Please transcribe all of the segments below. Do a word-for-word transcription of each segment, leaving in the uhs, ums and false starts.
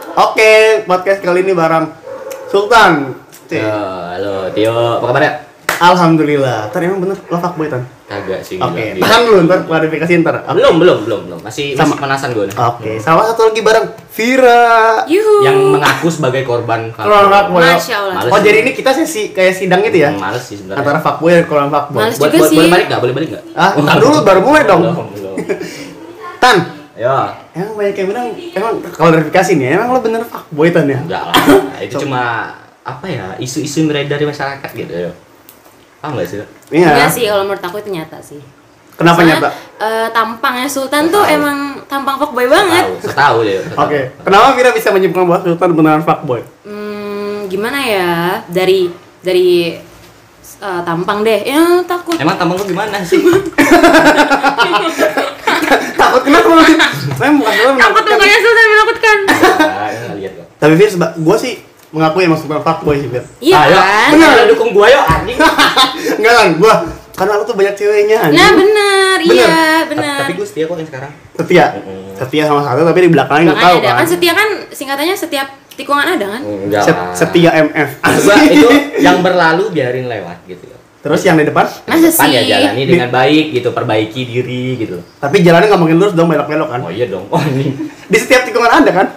Oke, podcast kali ini bareng Sultan. Yo, halo Tio, apa kabar ya? Alhamdulillah. Ntar emang bener lo fuckboy Tan? Kagak sih. Oke, tahan dulu ntar klarifikasi ntar. Okay. Belum, belum, belum, belum. Masih Sama. masih pemanasan gue nih. Oke, okay. Salah satu lagi bareng Vira. Yuhu. Yang mengaku sebagai korban Korban fuckboy. Masya Allah. Males Oh, sih. jadi ini kita sesi kayak sidang gitu ya? Hmm, males sih sebenarnya. Antara fuckboy dan korban fuckboy. Males. Buat, juga buat, sih. boleh balik nggak? Boleh balik nggak? Ah, ntar dulu baru mulai dong. Belum, belum. Tan, Yo, emang banyak yang bilang emang klarifikasi nih, emang lo bener fuckboy Tan ya? enggak lah. Itu cuma apa ya? Isu-isu beredar di masyarakat gitu ya. Paham nggak sih? Iya. Enggak sih, kalau menurut aku itu nyata sih. Kenapa Soalnya, nyata? eh, tampangnya Sultan Tahu. tuh emang tampang fuckboy banget. Tahu, setahu deh. setahu. Oke, kenapa Vira bisa menyimpulkan bahwa Sultan beneran fuckboy? Hmm, gimana ya? Dari dari eh, tampang deh. Ya takut. Emang tampang lu gimana sih? Takut kenapa lo? Saya bukan lo Takut tuh kayak Sultan menakutkan. Nah, nggak lihat kok. Tapi Vir, seba- gua sih mengakui emang Sultan fuckboy sih Vir. Iya Ayo, kan? bener lo dukung gua yuk anjing. Enggak kan, gua karena lo tuh banyak ceweknya anjing. Nah benar, Bener. iya benar. Tapi gue setia kok yang sekarang. Setia. Mm-mm. Setia sama satu tapi di belakangnya enggak tahu Makanya ada kan. kan setia kan singkatannya setiap tikungan ada kan? Enggak Set- lah. setia M F. Coba itu yang berlalu biarin lewat gitu. Terus yang di depan, Masa Depan sih? ya jalani dengan baik gitu, perbaiki diri gitu. tapi jalannya nggak mungkin lurus dong, belok-belok kan. Oh iya dong. Oh ini. Di setiap tikungan ada kan.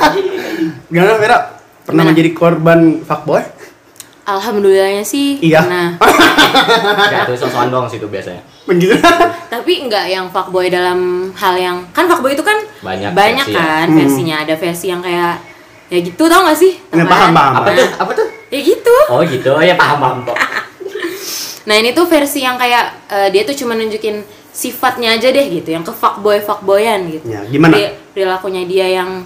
Gimana Vera? Pernah Gimana? menjadi korban fuckboy? Alhamdulillahnya sih. Iya. Nah, Enggak tuh sosokan doang sih itu biasanya. Begitu. tapi enggak yang fuckboy dalam hal yang kan fuckboy itu kan Banyak banyak versi ya. kan Hmm. versinya. Ada versi yang kayak ya gitu tau gak sih? Nggak, Tau paham, kan? paham. Apa tuh? Apa tuh? Ya gitu. Oh gitu. Oh ya paham paham kok. Nah ini tuh versi yang kayak eh, dia tuh cuma nunjukin sifatnya aja deh gitu, yang ke fuckboy fuckboyan gitu. Ya, gimana? Peri- Perilakunya dia yang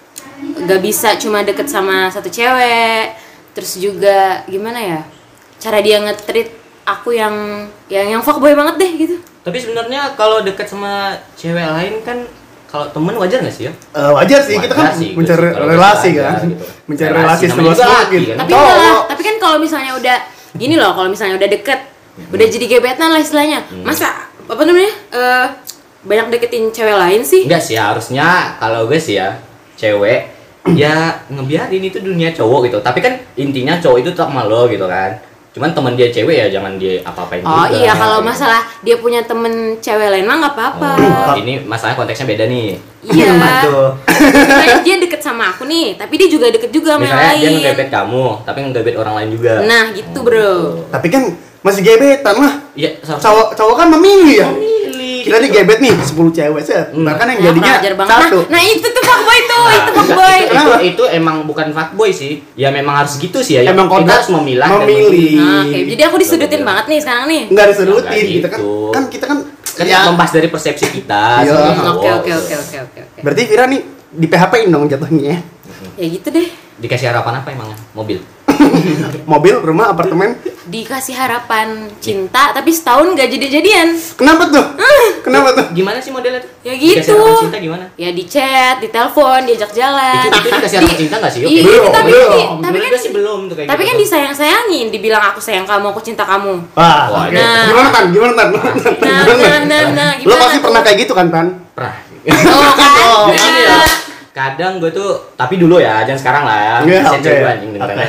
gak bisa cuma deket sama satu cewek, terus juga gimana ya? Cara dia nge-treat aku yang yang yang fuckboy banget deh gitu. Tapi sebenarnya kalau dekat sama cewek lain kan kalau temen wajar nggak sih ya? Eh, wajar sih, kita kan Wajar sih, gue mencari sih. Kalau relasi gue sih kan. wajar gitu. Mencari Relasi, relasi namanya seluas juga luas laki, gitu. kan? Tapi Cowok. enggak lah, tapi kan kalau misalnya udah gini loh, kalau misalnya udah deket, udah jadi gebetan lah istilahnya. Masa apa namanya? Eh banyak deketin cewek lain sih? Enggak sih, harusnya kalau gue sih ya cewek ya ngebiarin itu dunia cowok gitu. Tapi kan intinya cowok itu tetap sama lo gitu kan. Cuman teman dia cewek ya jangan dia apa-apain Oh juga. iya, kalau gitu. masalah dia punya temen cewek lain mah nggak apa-apa. Oh, ini masalah konteksnya beda nih. Iya. Betul. Misalnya dia deket sama aku nih, tapi dia juga deket juga sama yang Misalnya dia lain. ngegebet kamu, tapi ngegebet orang lain juga. Nah, gitu, bro. Tapi kan masih gebetan lah. Iya, sama- Cowok cowok kan memilih ya. Milih. Kita nih gebet nih sepuluh cewek set. Hmm. Bahkan yang Ya, jadinya kurang ajar banget. satu. Nah, nah itu tuh fuckboy tuh, Nah, itu enggak, fuckboy. itu, Kenapa? itu, itu emang bukan fuckboy sih. Ya memang harus gitu sih ya. Emang kita kodrat harus memilah dan memilih. Nah, oke. Jadi aku disudutin Bener-bener. banget nih sekarang nih. Enggak disulutin Nggak kita kan. gitu. Kan kita kan Kan ya. membahas dari persepsi kita. Iya. sebagai Hmm, cowok, Oke, oke, gitu. oke, oke, oke, oke. Berarti Vira nih di P H P-in dong jatuhnya ya. Ya gitu deh. Dikasih harapan apa emangnya? Mobil. Mobil, rumah, apartemen. Dikasih harapan cinta, tapi setahun gak jadi-jadian. Kenapa tuh? Kenapa tuh? Gimana sih modelnya tuh? Ya Dikasih gitu. harapan cinta gimana? Ya di chat, di telepon, diajak jalan. Itu, itu dikasih harapan cinta nggak sih? Yuk? Iya, Belum, tapi belum. kan, di- tapi Menurut kan, gue sih belum tuh kayak tapi gitu. kan disayang-sayangin, dibilang aku sayang kamu, aku cinta kamu. Wah, Wah, oke. nah. Gimana Tan? Gimana Tan? Nah, nah, nah, nah, Lo gimana pasti tuh? pernah kayak gitu kan Tan? Pernah. Oh kan? Oh, Jadi gini ya, kadang gue tuh, tapi dulu ya, jangan sekarang lah ya. Iya, Kasian oke. cewek gue anjing dengerannya.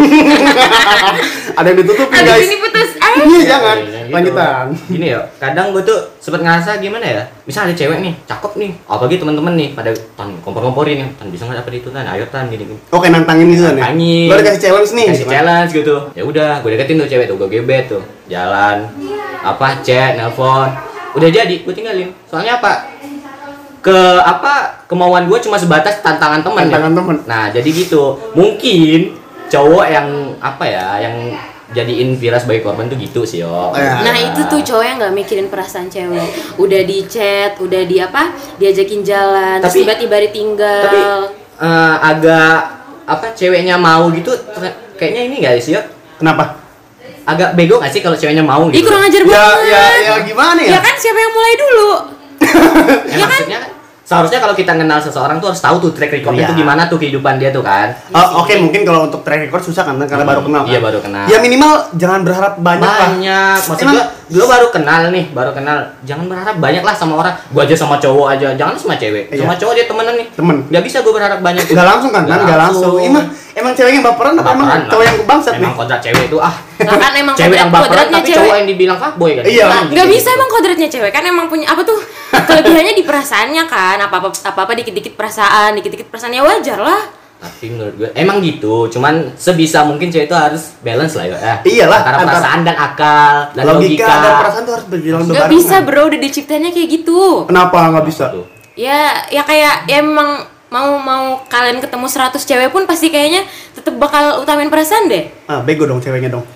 Ada yang ditutupin Abis guys. ini putus. Ah. Iya, jangan. Iya, gitu. Lanjutan. Gini ya, kadang gue tuh sempet ngerasa gimana ya. Misal ada cewek nih, cakep nih. Apalagi temen-temen nih, pada tan kompor-komporin nih. Tan bisa nggak dapet itu tan? Ayo tan gini gini. Oke, nantangin gitu kan ya. Nantangin. Lo dikasih challenge nih. Kasih challenge gitu. Ya udah, gue deketin tuh cewek tuh, gue gebet tuh. Jalan, apa chat, nelpon. Udah jadi, gue tinggalin. Soalnya apa? Ke apa kemauan gue cuma sebatas tantangan teman. Tantangan ya. temen. Nah jadi gitu. Mungkin cowok yang apa ya, yang jadiin Vira sebagai korban tuh gitu sih yo. Ya. Nah itu tuh cowok yang nggak mikirin perasaan cewek. Udah di chat, udah di apa? Diajakin jalan, terus Tapi- tiba-tiba ditinggal. Tapi eh, agak apa ceweknya mau gitu, ter- kayaknya ini nggak sih yo? Kenapa? Agak bego nggak sih kalau ceweknya mau Ih gitu? kurang ajar Ya, banget. ya, ya gimana ya? Ya kan siapa yang mulai dulu? Ya, ya kan? maksudnya seharusnya kalau kita kenal seseorang tuh harus tahu tuh track recordnya Iya. tuh gimana tuh kehidupan dia tuh kan. Oh, oke mungkin kalau untuk track record susah kan karena Hmm, baru kenal kan? iya, baru kenal. Ya minimal jangan berharap banyak, lah. Banyak, maksud Emang- gua lo baru kenal nih, baru kenal, jangan berharap banyak lah sama orang. Gua aja sama cowok aja, jangan sama cewek. Iya. Sama cowok dia temenan nih. Temen. Nggak bisa gua berharap banyak. Nggak langsung kan? Nggak Kan nggak langsung. Emang emang ceweknya baperan apa emang Baperan lah. cowok yang bangsat nih? Emang kodrat cewek itu ah. Nah, kan emang Cewek yang kodrat- baperan kodratnya tapi cewek. cowok yang dibilang fuckboy kan. Iya. Nah, Nggak gitu. bisa emang kodratnya cewek kan emang punya apa tuh kelebihannya di perasaannya kan apa apa apa apa dikit dikit perasaan dikit dikit perasaannya wajar lah. Tapi menurut gue emang gitu, cuman sebisa mungkin cewek itu harus balance lah ya. Iyalah, antara antara- perasaan dan akal dan Logika, logika. dan perasaan tuh harus berjalan Nggak berbarengan. bisa bro, udah diciptanya kayak gitu. Kenapa nggak bisa? Tuh. Ya ya kayak ya emang mau mau kalian ketemu seratus cewek pun pasti kayaknya tetap bakal utamain perasaan deh. Ah, bego dong ceweknya dong.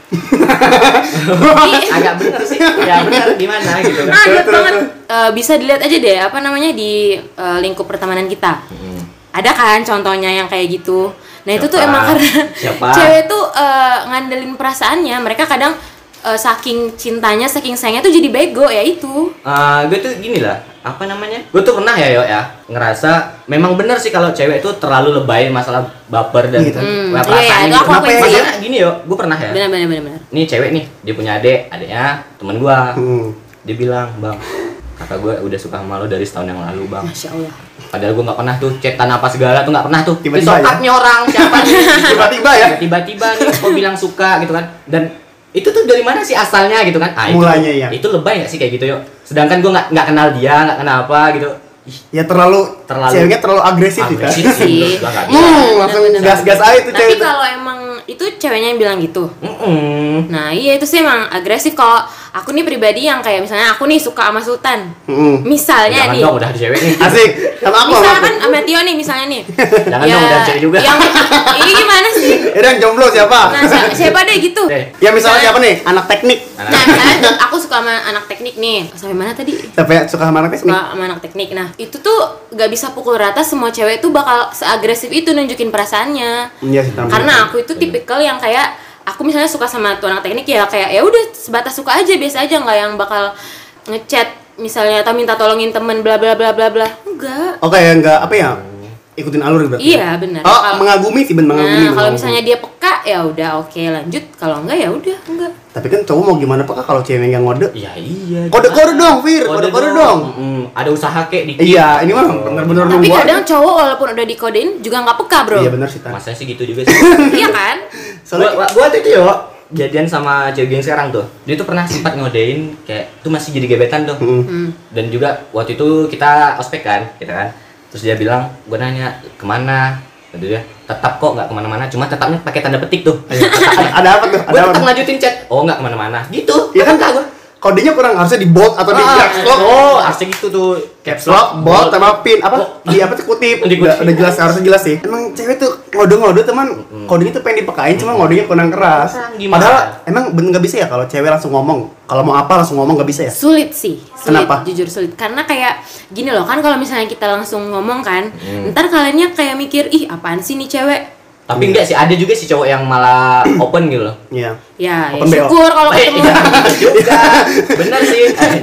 Agak bener sih. Ya bener gimana gitu kan. Ah, Terus, lihat terus, banget. terus. Eh, bisa dilihat aja deh apa namanya di eh, lingkup pertemanan kita. Hmm. Ada kan contohnya yang kayak gitu. Nah itu tuh Siapa? emang karena Siapa? cewek tuh eh, ngandelin perasaannya. Mereka kadang eh, saking cintanya, saking sayangnya tuh jadi bego ya itu. Ah, gue tuh gini lah, apa namanya? Gue tuh pernah ya, yo ya, ngerasa memang bener sih kalau cewek tuh terlalu lebay masalah baper dan Gitu. Hmm, ya, iya, perasaannya itu gitu. aku akuin sih. Maksudnya gini yo, gue pernah ya. Benar benar benar benar. Nih cewek nih, dia punya adik, adiknya temen gua. Hmm. Dia bilang, bang, kakak gue udah suka sama lo dari setahun yang lalu bang. Masya Allah. Padahal gue nggak pernah tuh chatan apa segala tuh nggak pernah tuh. Tiba-tiba Ini ya? sokap nih orang siapa nih? Tiba-tiba ya? Tiba-tiba nih kok bilang suka gitu kan. Dan itu tuh dari mana sih asalnya gitu kan? Ah, itu, Mulanya ya. Itu lebay nggak sih kayak gitu yuk? Sedangkan gue nggak nggak kenal dia, nggak kenal apa gitu. Ih, Ya terlalu, Terlalu- ceweknya terlalu agresif sih kan. agresif sih. menurut gua nggak bisa. Hmm, Benar, langsung benar. gas-gas aja tuh Tapi cewek tuh. kalau emang itu ceweknya yang bilang gitu. Mm-mm. Nah iya itu sih emang agresif. Kalau aku nih pribadi yang kayak misalnya aku nih suka sama Sultan. Hmm. Misalnya Jangan nih. dong udah ada cewek nih. Asik. Sama aku sama Misalkan aku. sama Tio nih misalnya nih. Jangan dong udah ada cewek juga. Yang ini gimana sih? Eh, yang jomblo siapa? Nah siapa, siapa deh gitu. Eh, Ya misalnya siapa nih? Anak teknik. anak- Nah misalnya aku suka sama anak teknik nih. Sampai mana tadi? Siapa ya suka sama anak teknik? Suka sama anak teknik. Nah itu tuh gak bisa pukul rata semua cewek tuh bakal seagresif itu nunjukin perasaannya. Iya sih. Tam. Karena aku itu tipikal yang kayak aku misalnya suka sama tuh anak teknik ya kayak ya udah sebatas suka aja biasa aja, nggak yang bakal ngechat misalnya atau minta tolongin temen bla bla bla bla bla. Enggak. Oh kayak nggak apa ya? Ikutin alur berarti. Iya benar. Oh, Kalau- mengagumi sih ben mengagumi. Nah, kalau mengagumi. misalnya dia peka ya udah oke lanjut, kalau enggak ya udah enggak. Tapi kan cowok mau gimana peka kalau cewek yang ngode? Ya iya. Kode-kode dong, Fir. Kode-kode dong. Mm, ada usaha kek dikit. Iya, ini mah bener-bener Tapi nunggu kadang aja. cowok walaupun udah dikodein juga nggak peka, Bro. Iya bener sih, Tan. Masa sih gitu juga sih. Iya kan? Soalnya gua, gua tuh itu yo jadian sama cewek yang sekarang tuh. Dia tuh pernah sempat ngodein kayak tuh masih jadi gebetan tuh. Hmm. Hmm. Dan juga waktu itu kita ospek kan, kita kan. Terus dia bilang, gue nanya kemana? Kata dia, tetap kok nggak kemana-mana, cuma tetapnya pakai tanda petik tuh. ada, ada apa tuh? Gue Ada apa? tetap tuh? lanjutin chat, oh nggak kemana-mana, gitu. Iya kan kata gue. Kodenya kurang harusnya di bold atau di caps lock. Oh, harusnya gitu tuh. Caps lock, bold, sama pin apa? Di apa tuh kutip? Dikutip. Udah, udah jelas harusnya jelas sih. Emang cewek tuh ngode-ngode teman, kodenya tuh pengen dipekain cuma ngodenya kurang keras. Kurang gimana? Padahal emang bener nggak bisa ya kalau cewek langsung ngomong. Kalau mau apa langsung ngomong nggak bisa ya? Sulit sih. Sulit, Kenapa? jujur sulit. Karena kayak gini loh, kan kalau misalnya kita langsung ngomong kan, Hmm. ntar kaliannya kayak mikir, "Ih, apaan sih nih cewek?" Tapi enggak sih, ada juga sih cowok yang malah open gitu loh. Iya. Ya, ya Open B O. syukur kalau Eh, ketemu. iya, juga. Bener sih.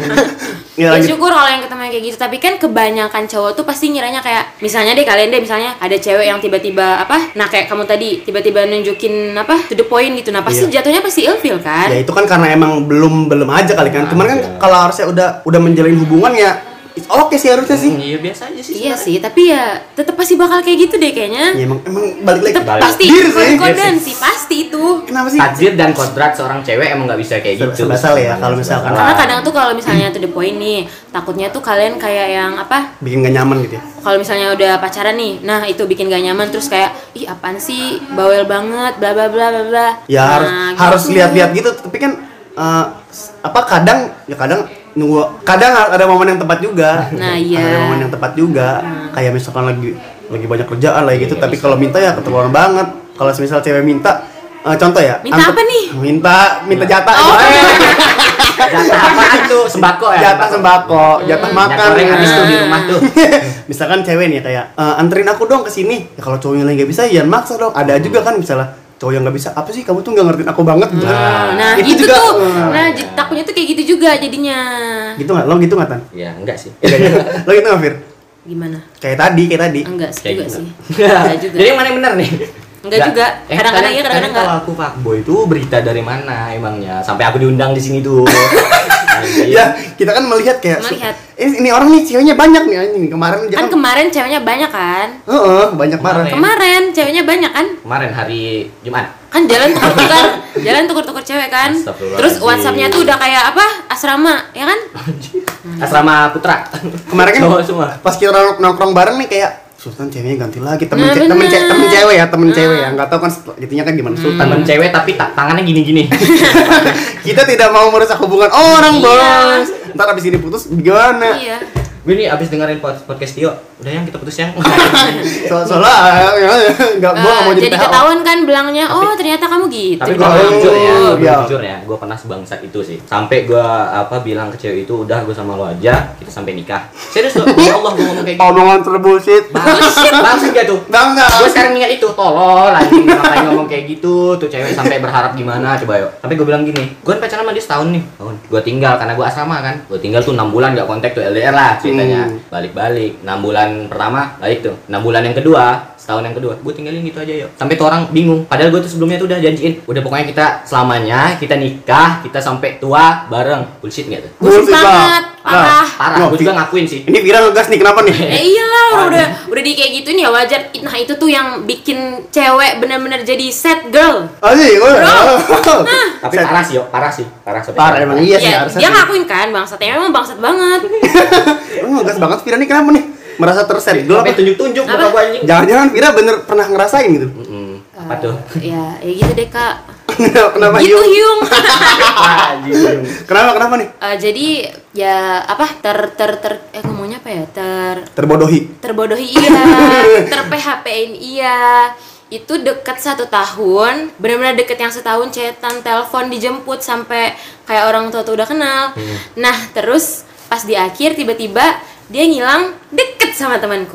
Iya Ya lanjut. syukur kalau yang ketemu kayak gitu, tapi kan kebanyakan cowok tuh pasti ngiranya kayak misalnya deh kalian deh misalnya ada cewek yang tiba-tiba apa, nah kayak kamu tadi tiba-tiba nunjukin apa to the point gitu, nah pasti Iya. jatuhnya pasti ilfil kan. Ya itu kan karena emang belum belum aja kali kan. Cuman kan Aja. kalau harusnya udah udah menjalin hubungan ya it's oke sih harusnya sih. Hmm, iya biasa aja sih. Iya sebenarnya. sih, tapi ya tetap pasti bakal kayak gitu deh kayaknya. Ya emang emang balik lagi Tetap balik. pasti takdir sih. kode-kodean sih pasti itu. Kenapa sih? Takdir dan kodrat seorang cewek emang nggak bisa kayak gitu. Sebasal ya, kalau misalkan. Karena kadang tuh kalau misalnya to the point nih, takutnya tuh kalian kayak yang apa? Bikin gak nyaman gitu ya. Kalau misalnya udah pacaran nih, nah itu bikin gak nyaman terus kayak ih apaan sih bawel banget bla bla bla bla bla. Ya Nah, harus gitu. harus lihat-lihat gitu, tapi kan eh, apa kadang ya kadang nunggu kadang ada momen yang tepat juga. Nah, iya. Ada momen yang tepat juga. Kayak misalkan lagi lagi banyak kerjaan lagi gitu, Iya, tapi bisa. kalau minta ya keterlaluan banget. Kalau misal cewek minta eh, contoh ya. Minta anggap- apa nih? Minta minta jatah. Oh. Jatah apaan tuh? Sembako ya? Jatah sembako, jatah Hmm. makan. Minyak goreng habis tuh di Nah. rumah tuh. Misalkan cewek nih kayak "Eh, anterin aku dong ke sini. Ya kalau cowoknya lagi nggak bisa ya maksa dong. Ada juga kan misalnya cowok yang nggak bisa, apa sih kamu tuh nggak ngertiin aku banget gitu. Nah, Nah, itu itu, juga, tuh. eh. Nah, j- takutnya tuh kayak gitu juga jadinya. Gitu nggak? Lo gitu nggak Tan? Ya enggak sih. Lo gitu nggak Fir? Gimana? Kayak tadi, kayak tadi. Enggak sih Kayak juga gitu. sih. Enggak juga. Jadi yang mana yang benar nih? Enggak juga. Eh, Kadang-kadang iya, kadang-kadang enggak. Kalau aku fuckboy itu berita dari mana emangnya? Sampai aku diundang di sini tuh. Ya, kita kan melihat kayak Melihat. Eh, ini orang nih ceweknya banyak nih anjing. Kemarin Kan jangan. kemarin ceweknya banyak kan? Heeh, banyak parah. Kemarin. Kemarin ceweknya banyak kan? Kemarin hari Jumat. Kan jalan tuker-tuker, jalan tuker-tuker cewek kan? Astagfirullahaladzim. Terus WhatsApp-nya tuh udah kayak apa? Asrama, ya kan? Asrama Putra. Kemarin kan Cowok semua. pas kita nongkrong bareng nih kayak Sultan ceweknya ganti lagi temen Nah, ce- temen, ce- bener. temen cewek ya temen cewek ya nggak tahu kan setel- gitunya kan gimana Sultan Temen cewek tapi ta- tangannya gini-gini. kita tidak mau merusak hubungan orang Iya. bos ntar abis ini putus gimana Iya. Gue nih abis dengerin pod- podcast Tio, udah yang kita putus yang. so soalnya ya, nggak gua nggak mau Eh, jadi jadi P H O. ketahuan kan bilangnya, oh ternyata kamu gitu. Tapi gue Oh, jujur ya, gue iya. jujur ya, gue pernah sebangsat itu sih. Sampai gue apa bilang ke cewek itu, udah gue sama lo aja, kita sampai nikah. Serius loh, ya Allah gue ngomong kayak gitu. omongan terbullshit Bangsat, bangsat gak tuh? bangga Gue sekarang ingat itu, tolol anjing ngapain ngomong kayak gitu. Tuh cewek sampai berharap gimana coba yuk. Tapi gue bilang gini, gue kan pacaran sama dia setahun nih. Tahun. Gue tinggal karena gue asrama kan. Gue tinggal tuh enam bulan gak kontak tuh L D R lah ceritanya. Hmm. Balik-balik. enam bulan pertama balik tuh. enam bulan yang kedua, setahun yang kedua, gue tinggalin gitu aja yuk. Sampai tuh orang bingung. Padahal gue tuh sebelumnya tuh udah janjiin, udah pokoknya kita selamanya kita nikah, kita sampai tua bareng. Bullshit gak tuh? Bullshit Bullshit, banget, Bang. parah. Parah, No, gue juga ngakuin sih. ini viral ngegas nih kenapa nih Eh iyalah udah udah, udah di kayak gituin ya wajar. Nah itu tuh yang bikin cewek benar-benar jadi sad girl. oh iya oh, Tapi parah sih, yuk, parah sih, parah sampai parah sekarang. emang iya sih Ya, harusnya dia sih. ngakuin kan bangsatnya memang bangsat banget. Lu ngegas banget Vira nih kenapa nih merasa terset gue Sampai tunjuk-tunjuk muka Apa? gue anjing. jangan-jangan Vira bener pernah ngerasain gitu Mm-mm. Apa tuh? Ya, ya gitu deh kak. kenapa Gitu Hyung? Hyung. Anjing. kenapa kenapa nih Eh, jadi ya apa ter ter ter eh ngomongnya apa ya ter terbodohi terbodohi iya, ter P H P-in iya. Itu deket satu tahun, benar-benar deket yang setahun, chatan, telepon, dijemput sampai kayak orang tua tuh udah kenal. Nah terus pas di akhir tiba-tiba dia ngilang deket sama temanku.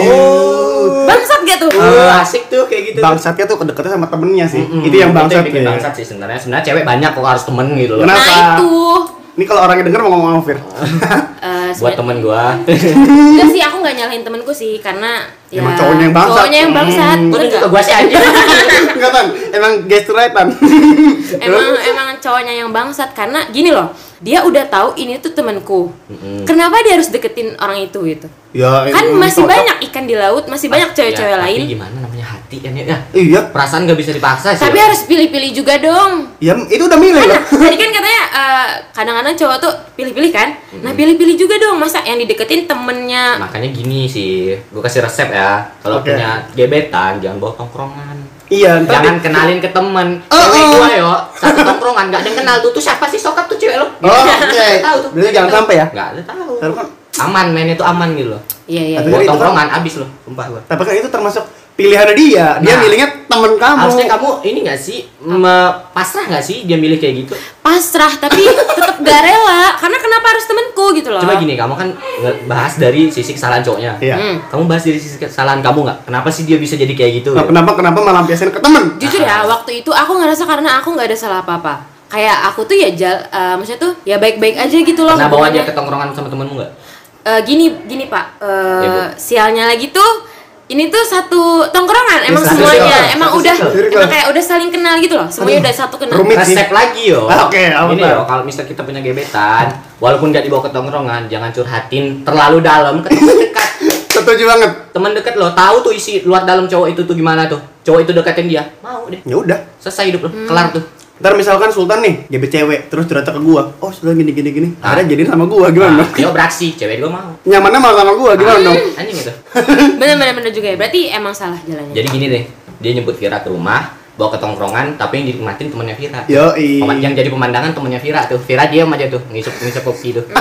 Oh. Bangsat gak tuh? Oh, asik tuh kayak gitu. Bangsatnya tuh kedekatnya sama temennya sih. Mm-mm. Itu yang Itu bangsat bikin ya. bangsat sih sebenarnya. Sebenarnya cewek banyak kok harus temen gitu loh. Kenapa? Nah itu. Ini kalau orangnya denger mau ngomong apa, Fir? Eh, Buat seben- temen gua. Enggak sih, aku nggak nyalahin temenku sih karena ya Emang cowoknya yang bangsat. Cowoknya yang bangsat. Hmm. Gua Bener juga nggak? gua sih aja. Enggak kan? Emang gesturetan. Emang emang cowoknya yang bangsat karena gini loh. Dia udah tahu ini tuh temanku. Mm-mm. Kenapa dia harus deketin orang itu gitu? Ya, Kan emang masih cocok. banyak ikan di laut, masih banyak cewek-cewek Ya, lain. Tapi gimana namanya hati kan ya? Ya, Iya. perasaan gak bisa dipaksa sih. Tapi ya. harus pilih-pilih juga dong. Ya, itu udah milih Kan, loh. tadi kan katanya eh, kadang-kadang cowok tuh pilih-pilih kan. Nah pilih-pilih juga dong. Masa yang dideketin temennya? Makanya gini sih, gua kasih resep ya. Kalau Oke. punya gebetan jangan bawa tongkrongan. Iya, ntar Jangan di- kenalin ke temen. Oh, Cewek oh. gua yo, satu tongkrongan gak ada yang kenal tuh. Tuh siapa sih sokap tuh cewek lo? Oh, oke. Nggak tahu tuh. Berarti jangan sampai ya? Gak ada tahu. Tahu kan? Aman, main itu aman gitu loh. Iya iya. Tapi iya. Bawa itu kan- tongkrongan abis loh, sumpah gua. Tapi kan itu termasuk pilihan dia. Dia Nah, milihnya temen kamu. Harusnya kamu ini gak sih, me- pasrah gak sih dia milih kayak gitu? Pasrah tapi tetap gak rela. Karena kenapa harus temenku gitu loh? Coba gini, kamu kan bahas dari sisi kesalahan cowoknya. Iya. Hmm. Kamu bahas dari sisi kesalahan kamu nggak? Kenapa sih dia bisa jadi kayak gitu? Nah, kenapa kenapa malah biasain ke temen? Jujur ya, waktu itu aku ngerasa karena aku nggak ada salah apa-apa. Kayak aku tuh ya jal, eh, maksudnya tuh ya baik-baik aja gitu loh. Pernah bawa dia hubungannya. ke tongkrongan sama temenmu nggak? Eh, gini gini Pak, eh, Ya, Bu. sialnya lagi tuh ini tuh satu tongkrongan, emang satu semuanya circle, emang satu udah circle. emang kayak udah saling kenal gitu loh, semuanya Aduh, udah satu kenal. rumit. sih. Resep lagi yo. Ah, oke, apa Ini tuh? yo, kalau misal kita punya gebetan, walaupun nggak dibawa ke tongkrongan, jangan curhatin terlalu dalam ke teman dekat. Setuju banget. Teman dekat lo tahu tuh isi luar dalam cowok itu tuh gimana tuh. Cowok itu deketin dia, mau deh. Ya udah. Selesai hidup lo, Hmm. kelar tuh. Ntar misalkan Sultan nih, gebet cewek, terus curhat ke gua. Oh, Sultan gini gini gini. Ah. Akhirnya jadiin sama gua gimana Nah, dong? dia beraksi, cewek juga mau. Nyamannya malah sama gua gimana dong? Anjing itu. Bener-bener bener juga ya, berarti emang salah jalannya. Jadi gini deh, dia nyebut Vira ke rumah, bawa ke tongkrongan, tapi yang dinikmatin temennya Vira. Yoi. Pema- Yang jadi pemandangan temennya Vira tuh. Vira diam aja tuh, ngisep ngisep kopi tuh.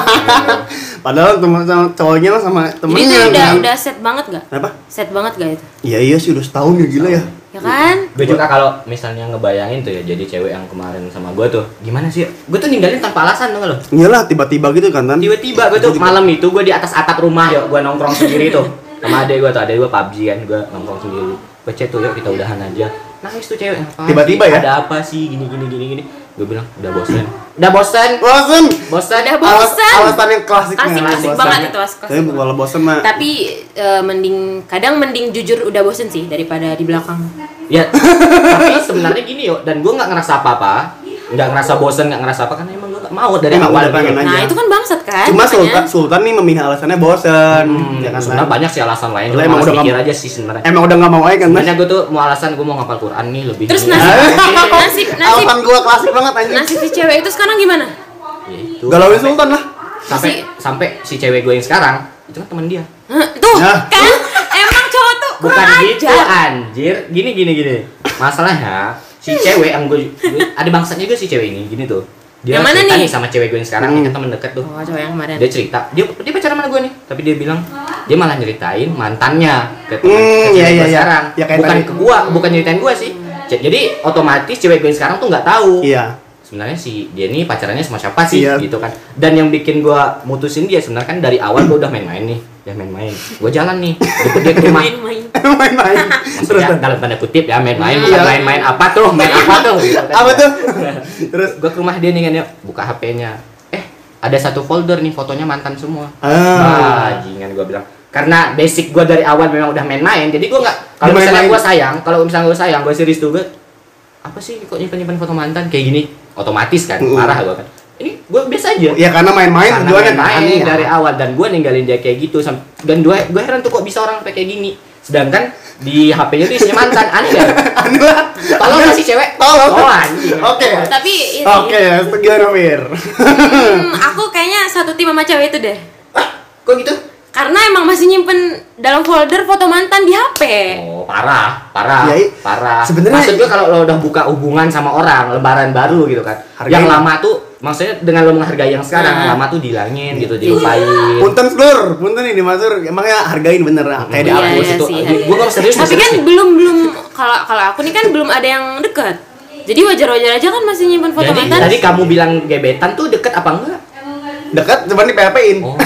Padahal teman sama cowoknya lah sama Jadi temennya. tuh udah kan. udah set banget gak? Kenapa? Set banget gak itu? Iya iya sih udah setahun ya gila ya. Ya kan? Gue juga kalau misalnya ngebayangin tuh ya, jadi cewek yang kemarin sama gue tuh, gimana sih? Gue tuh ninggalin tanpa alasan tuh lo. Iyalah tiba-tiba gitu kan Tan. Tiba-tiba gue tuh malam itu gue di atas atap rumah yuk, gue nongkrong sendiri tuh. Sama adek gue tuh, adek gue P U B G kan, gue nongkrong sendiri. Gue chat tuh yuk kita udahan aja. Nangis tuh cewek. "Apaan Tiba-tiba sih? ya? Ada apa sih? Gini gini gini gini. Gue bilang udah bosen. Udah bosen. Bosen. Bosen. Udah Alas, bosen. alasan yang klasik Klasik, nih, klasik bosen. banget itu, klasik Tapi kalau bosen mah Tapi eh, mending kadang mending jujur udah bosen sih daripada di belakang. Ya, tapi sebenarnya gini yo, dan gue nggak ngerasa apa-apa, nggak ngerasa bosen, nggak ngerasa apa, karena emang gue nggak mau dari Emang awal udah pengen gitu. aja. Nah, itu kan bangsat kan? cuma makanya. Sultan Sultan nih memilih alasannya bosen. Hmm, Ya kan, sebenarnya Tan? banyak sih alasan lain, Lo cuma emang malas udah mikir nggak- aja sih sebenarnya. Emang udah nggak mau aja kan, Mas? Sebenarnya gue tuh mau alasan gue mau ngapal Quran nih lebih. Terus ini. nasib Ah. nasib nasib Alasan gua klasik banget anjing. nasib si cewek itu sekarang gimana? Ya, itu. Galauin Sampai- Sultan lah. Sampai sampai si cewek gue yang sekarang itu kan teman dia. Hah, tuh Ya. kan emang cowok tuh Bukan kurang gitu ajar. anjir. Gini gini gini. Masalahnya si cewek yang gue, gue- ada bangsatnya juga si cewek ini gini tuh. Dia Yang mana cerita nih? sama cewek gue yang sekarang, Hmm. dia kan temen deket tuh. Oh, cowok yang kemarin. Dia cerita, dia dia pacaran sama gue nih, tapi dia bilang dia malah nyeritain mantannya ke teman Hmm, ke cewek iya, gue iya, iya. sekarang. Ya, kayak bukan tadi. ke gua, bukan nyeritain gua sih. Jadi otomatis cewek gue yang sekarang tuh nggak tahu. Iya. Sebenarnya si dia nih pacarannya sama siapa sih Iya. gitu kan. Dan yang bikin gua mutusin dia sebenarnya kan dari awal gua udah main-main nih, udah main-main. Gua jalan nih, jemput dia ke rumah. Main-main. Main-main. Terus Maksudnya Tan? dalam tanda kutip ya main-main, Iya. bukan main-main apa tuh, main apa tuh gitu kan. Apa tuh? Terus Gua ke rumah dia nih kan ya, buka H P-nya. Eh, ada satu folder nih fotonya mantan semua. ah. Bajingan gua bilang. Karena basic gua dari awal memang udah main-main, jadi gua nggak kalau misalnya Main-main. gua sayang, kalau misalnya gua sayang, gua serius tuh gua apa sih kok nyimpen-nyimpen foto mantan kayak gini, otomatis kan Mm-mm. marah gua kan. Ini gua biasa aja. Ya karena main-main Karena tujuannya main aneh ya. dari awal dan gue ninggalin dia kayak gitu sam- dan gue gue heran tuh kok bisa orang sampai kayak gini sedangkan di H P-nya tuh isinya mantan aneh gak? Aneh lah. Tolong Aneh. gak sih cewek? Tolong. Oh anjing. Oke. Tapi ini Oke, sekian Wir. hmm, aku kayaknya satu tim sama cewek itu deh. Kok gitu? Karena emang masih nyimpen dalam folder foto mantan di H P. Oh parah, parah, Ya, i- parah. sebenarnya- Maksud gue kalau lo udah buka hubungan sama orang lebaran baru gitu kan, Hargain. yang lama tuh maksudnya dengan lo menghargai yang sekarang, Nah. yang lama tuh dihilangin gitu, dilupain. Punten Flur, punten ini Masur. Emangnya hargain bener ah, kayak Iya, dihapus iya itu. sih, Gue gue serius Tapi serius kan nih. belum belum kalau kalau aku nih kan belum ada yang deket. Jadi wajar-wajar aja kan masih nyimpen foto Jadi mantan. tadi kamu bilang gebetan tuh deket apa enggak? Dekat cuman di P H P-in. Oh.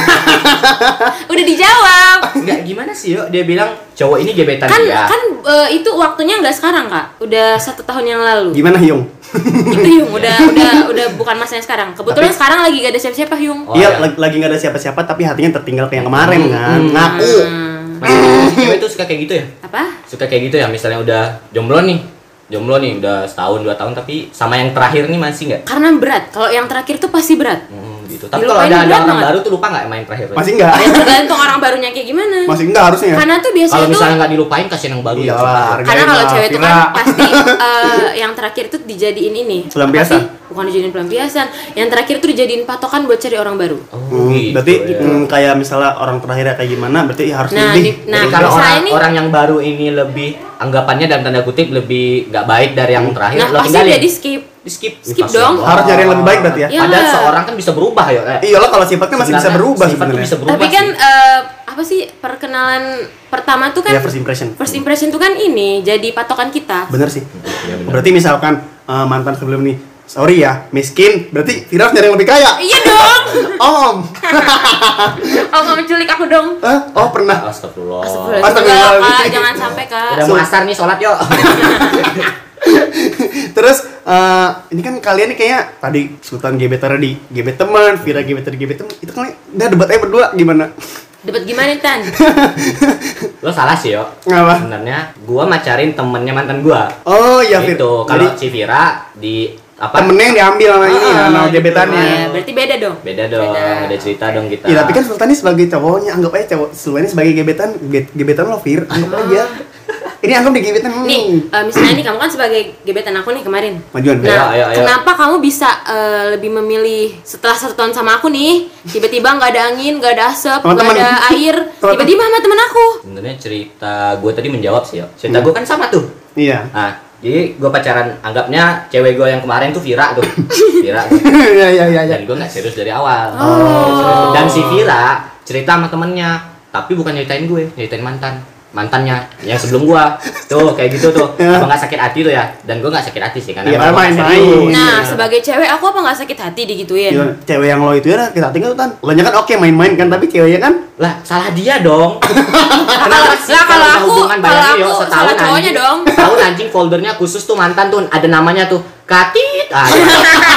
Udah dijawab. Enggak gimana sih yo, dia bilang cowok ini gebetan Kan dia. kan eh, itu waktunya nggak sekarang Kak. Udah satu tahun yang lalu. Gimana Hyung? Itu Yung udah udah udah bukan masanya sekarang. Kebetulan Tapi- sekarang lagi gak ada siapa-siapa Yung. Oh, Iya, ya. lagi, lagi gak ada siapa-siapa tapi hatinya tertinggal kayak yang kemarin kan. Hmm. Ngaku. Hmm. Maksudnya si cewek tuh suka kayak gitu ya? Apa? Suka kayak gitu ya, misalnya udah jomblo nih. Jomblo nih udah setahun dua tahun tapi sama yang terakhir nih masih nggak? Karena berat. Kalau yang terakhir tuh pasti berat. Hmm, gitu. Tapi kalau Dilupain ada ada berat orang banget. baru tuh lupa nggak main terakhir? Masih enggak? Ya tergantung orang barunya kayak gimana. Masih enggak harusnya ya? Karena tuh biasanya Kalau tuh misalnya nggak dilupain kasihin yang baru ya. Iyalah, coba. hargain karena kalau lah, cewek itu Vira. kan pasti eh, yang terakhir tuh dijadiin ini. Pelampiasan? Apa sih? Bukan dijadiin pelampiasan. Yang terakhir tuh dijadiin patokan buat cari orang baru. Oh, Hmm, gitu, berarti ya. hmm, kayak misalnya orang terakhirnya kayak gimana, berarti harus Nah, lebih. di- nah, Jadi kalau saya orang ini- orang yang baru ini lebih anggapannya dalam tanda kutip lebih nggak baik dari yang terakhir, Nah, lo pasti tinggalin. dia di skip. Di skip. Skip Kasihan dong. banget. Harus nyari yang lebih baik berarti ya? Iya. Padahal seorang kan bisa berubah ya. eh. Iyalah kalau sifatnya masih bisa Sebenarnya berubah sifat tuh sebenarnya. bisa berubah Tapi kan sih. eh, apa sih perkenalan pertama tuh kan Ya first impression. first impression tuh kan ini jadi patokan kita. Bener sih. Iya, benar. Berarti misalkan eh, mantan sebelum nih, sorry ya, miskin, berarti Vira harus nyari yang lebih kaya. Iya dong. Om. Oh, nggak menculik aku dong. Hah? Oh pernah. Astagfirullah. Astagfirullah, Astagfirullahaladzim. Kak, jangan sampai Kak. Udah mau asar nih sholat yuk. Terus eh, ini kan kalian nih kayaknya tadi Sultan gebetan di gebet teman, Vira gebetan di gebet teman. Itu kan udah debat aja berdua gimana? Dapat gimana Tan? Lo salah sih yo. Ngapa? Sebenarnya gua macarin temennya mantan gua. Oh iya Vir. Itu Jadi kalau si Vira di apa? temennya yang diambil sama ini Ah, nama gitu. gebetannya. Ya, berarti beda dong. Beda dong, beda cerita dong kita. Iya tapi kan Sultan ini sebagai cowoknya, anggap aja cowok Sultan ini sebagai gebetan, ge- gebetan lo Vir, anggap aja. Ini anggap di gebetan hmm. Nih, eh, misalnya nih kamu kan sebagai gebetan aku nih kemarin. Majuan. Nah, Ayo, ayo, ayo. kenapa kamu bisa eh, lebih memilih setelah satu tahun sama aku nih, tiba-tiba nggak ada angin, nggak ada asap, nggak Teman-teman. ada air, Teman-teman. tiba-tiba sama temen aku. Sebenarnya cerita gua tadi menjawab sih yo. Cerita Hmm. gua kan sama tuh. Iya. Nah, jadi gua pacaran anggapnya cewek gua yang kemarin tuh Vira tuh. Vira. Iya iya iya iya. Dan gua nggak serius dari awal. Oh. Dan si Vira cerita sama temennya, tapi bukan nyeritain gue, nyeritain mantan. mantannya yang sebelum gua tuh kayak gitu tuh apa nggak sakit hati tuh ya, dan gua nggak sakit hati sih karena Iya, emang gua nggak main-main. serius. Nah, Iya. sebagai cewek aku apa nggak sakit hati digituin? Gimana? Cewek yang lo itu ya kita tinggal kan. Lo nya kan oke main-main kan, tapi ceweknya kan Lah salah dia dong. Kalau lah kalau ada aku hubungan, kalau bayangin, yo, aku setahun salah cowoknya anjing- dong. Setahun anjing foldernya khusus tuh mantan tuh ada namanya tuh Katit. Ah, ya.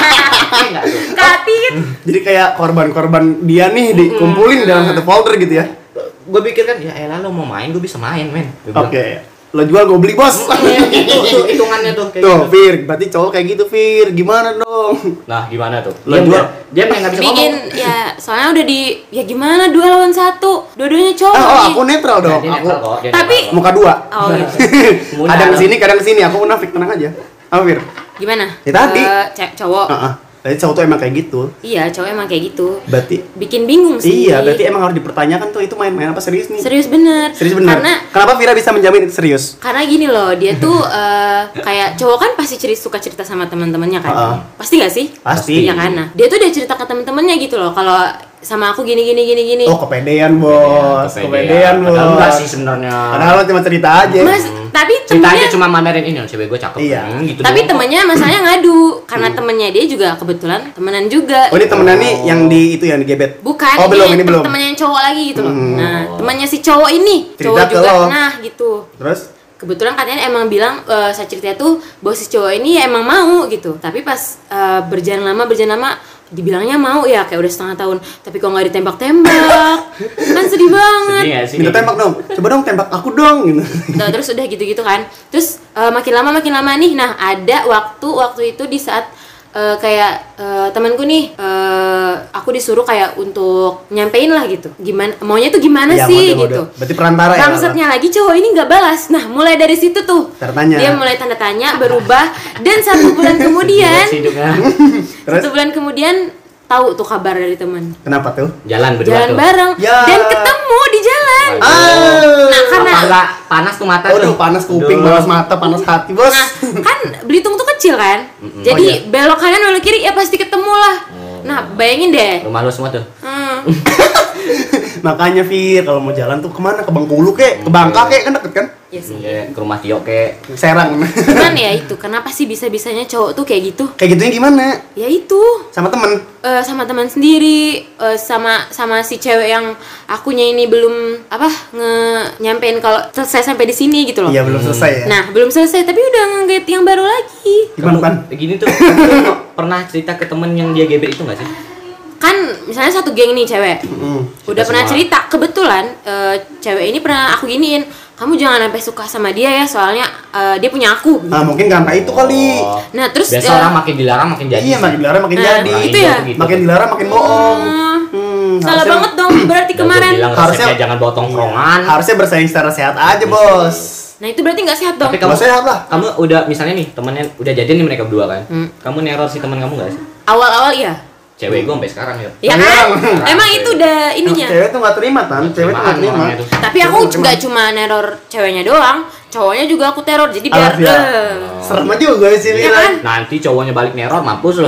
Enggak tuh. Katit. jadi kayak korban-korban dia nih dikumpulin dalam satu folder gitu ya. Gue pikir kan ya elah lo mau main gue bisa main men. Gua bilang, Oke. Lo jual gue beli bos. itu tuh hitungannya tuh kayak Tuh, gitu. Fir, berarti cowok kayak gitu, Fir. Gimana dong? Nah gimana tuh? Lo Dia jual. dia yang nggak bisa Bikin ngomong. ya soalnya udah di ya gimana dua lawan satu, dua-duanya cowok Ah, oh, nih. aku netral Nah, dong. dia Aku netral kok, dia Tapi- netral kok. muka dua. Oh gitu. Muda kadang lo. kesini, kadang kesini. Aku munafik, tenang aja. Apa, Fir? Gimana? Ya, tadi. Eh, ce- cowok. Heeh. Jadi cowok tuh emang kayak gitu. Iya, cowok emang kayak gitu. Berarti Bikin bingung sih. iya, berarti emang harus dipertanyakan tuh itu main-main apa serius nih? Serius bener. Serius benar. Karena Kenapa Vira bisa menjamin itu serius? karena gini loh, dia tuh eh, kayak cowok kan pasti cerita suka cerita sama teman-temannya kan. Heeh. Pasti gak sih? Pasti. Iya kan. Nah, dia tuh udah cerita ke teman-temannya gitu loh. Kalau sama aku gini gini gini gini. Oh, kepedean, Bos. Kepedean, Bos. Padahal enggak sih sebenarnya. Padahal lo cuma cerita aja. Mas, tapi Cerita aja temennya cuma mamerin ini cewek gue cakep. Iya. Hmm, gitu tapi doang kok. temennya masalahnya ngadu karena temennya dia juga kebetulan temenan juga. Oh, ini temennya nih Oh. yang di itu yang di gebet. Bukan, Oh, belum, ini tem- belum. temennya yang cowok lagi gitu loh. Hmm. Nah, temennya si cowok ini, Cerita cowok ke juga. lo. Nah, gitu. Terus Kebetulan katanya emang bilang eh, saya cerita tuh bahwa si cowok ini ya emang mau gitu. Tapi pas eh, berjalan lama berjalan lama dibilangnya mau ya kayak udah setengah tahun. Tapi kok nggak ditembak-tembak, kan sedih banget. Sedih nggak sih? minta tembak dong. Coba dong tembak aku dong gitu. Nah, terus udah gitu-gitu kan. Terus eh, makin lama makin lama nih. Nah, ada waktu waktu itu di saat eh, kayak eh, temanku nih eh, aku disuruh kayak untuk nyampein lah gitu. Gimana maunya tuh gimana Iya, sih mode-mode. gitu. Berarti perantara ya. Bangsatnya lagi cowok ini nggak balas. Nah, mulai dari situ tuh Tanda tanya. dia mulai tanda tanya, berubah, dan satu bulan kemudian Gila sih hidupnya. Terus satu bulan kemudian tahu tuh kabar dari teman. kenapa tuh? Jalan berdua Jalan tuh. bareng Ya. dan ketemu di jalan. Waduh. Nah, karena Apa enggak panas tuh mata Waduh, tuh. panas kuping, Aduh. panas mata, panas hati, Bos. Nah, kan Belitung tuh kecil kan. Jadi Oh, iya. belok kanan belok kiri ya pasti ketemu lah. Oh. Nah, bayangin deh. Rumah lu semua tuh. Hmm. Makanya Fir, kalau mau jalan tuh kemana? Ke Bengkulu kek, ke Bangka kek, kan deket kan? Ya sih. Iya, ke rumah Tio kek. Serang. Cuman ya itu, kenapa sih bisa-bisanya cowok tuh kayak gitu? Kayak gitunya gimana? Ya itu. Sama temen? Eh, sama teman sendiri, eh, sama sama si cewek yang akunya ini belum apa nge nyampein kalau selesai sampai di sini gitu loh. Iya, belum selesai ya. Nah, belum selesai tapi udah nge-get yang baru lagi. Gimana, Pan? Kamu Gini tuh. Kamu pernah cerita ke temen yang dia gebet itu enggak sih? Kan misalnya satu geng nih cewek. Hmm. Udah Kita pernah semua. cerita, kebetulan eh, cewek ini pernah aku giniin, kamu jangan sampai suka sama dia ya, soalnya eh, dia punya aku. Ah, mungkin karena itu kali. Oh. Nah, terus Biasa eh, orang makin dilarang makin jadi. Iya, sih. makin dilarang makin Nah, jadi. itu ya. Gitu. Makin dilarang makin bohong. hmm, Hmm, salah harusnya- banget dong berarti Udah kemarin. gua bilang Harusnya- resepnya jangan bawa tongkrongan. Harusnya bersaing secara sehat aja, Bos. Nah, itu berarti nggak sehat dong. Tapi kamu Nggak sehat lah. Kamu udah misalnya nih temennya udah jadian nih mereka berdua kan. Hmm. Kamu neror si teman kamu enggak sih? Awal-awal iya. Cewek gua sampai sekarang ya. Ya kan? Emang. Emang itu udah ininya. Cewek tuh nggak terima, Tan. Cewek tuh nggak Terima terima. orangnya tuh. Tapi aku nggak cuma neror ceweknya doang, cowoknya juga aku teror. Jadi biar Alas ya. eh, Serem aja gue sih, Iya Mira. kan? Nanti cowoknya balik neror mampus loh.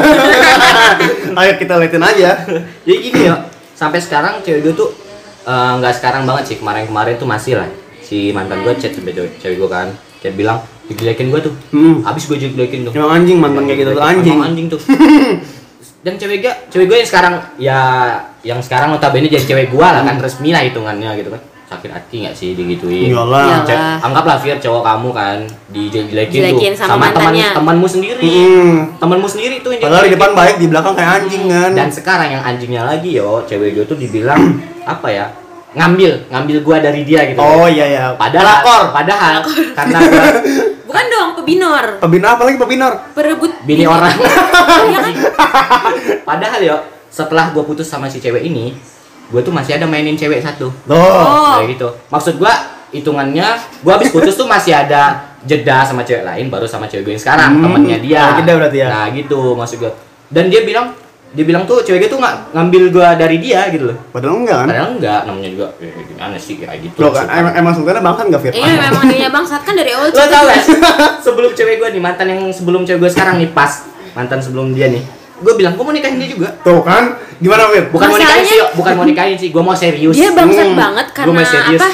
Ayo kita liatin aja. Jadi gini ya, sampai sekarang cewek gue tuh eh, nggak sekarang banget sih, kemarin-kemarin tuh masih lah. Si mantan gue chat sama cewek, cewek gue kan, kayak bilang dijelekin gue tuh. Hmm. Habis gue jelekin tuh. Emang anjing mantan kayak gitu tuh anjing. Emang anjing tuh. Dan cewek gue, cewek gue yang sekarang ya yang sekarang notabene jadi cewek gue lah kan, resmi lah hitungannya gitu kan. Sakit hati nggak sih digituin? Iyalah. Iyalah. Cewek- anggaplah Fir cowok kamu kan dijelekin tuh Jelekin sama sama teman mantannya. temanmu sendiri. Hmm. Temanmu sendiri tuh yang Padahal di dijelekin. depan baik, di belakang kayak anjing kan. Dan sekarang yang anjingnya lagi yo, cewek gue tuh dibilang apa ya? Ngambil, ngambil gua dari dia gitu. Oh iya ya. Padahal, Pelakor. padahal karena gua bukan dong pebinor, Pebinor apa lagi pebinor? perebut bini orang. Iya kan? Padahal yo, setelah gua putus sama si cewek ini, gua tuh masih ada mainin cewek satu. Tuh. Oh. Kayak gitu. Maksud gua hitungannya gua habis putus tuh masih ada jeda sama cewek lain baru sama cewek gue yang sekarang, Hmm. temennya dia. Oh, jeda berarti ya? Nah, gitu maksud gua. Dan dia bilang dia bilang tuh cewek gue tuh nggak ngambil gua dari dia gitu loh. Padahal enggak kan? Padahal enggak, namanya juga eh, gimana sih kayak gitu. Loh kan Suka. emang, emang sultannya bangsat enggak, Fir? Iya memang dia bangsat kan dari awal. Lo tau gak sih? Sebelum cewek gue nih, mantan yang sebelum cewek gue sekarang nih, pas mantan sebelum dia nih, gue bilang gue mau nikahin dia juga. Tuh kan? Gimana, Fir? Bukan mau nikahin Masalahnya- sih, yo. bukan mau nikahin sih, gue mau serius. Dia bangsat Hmm. banget Gua karena masih serius. apa?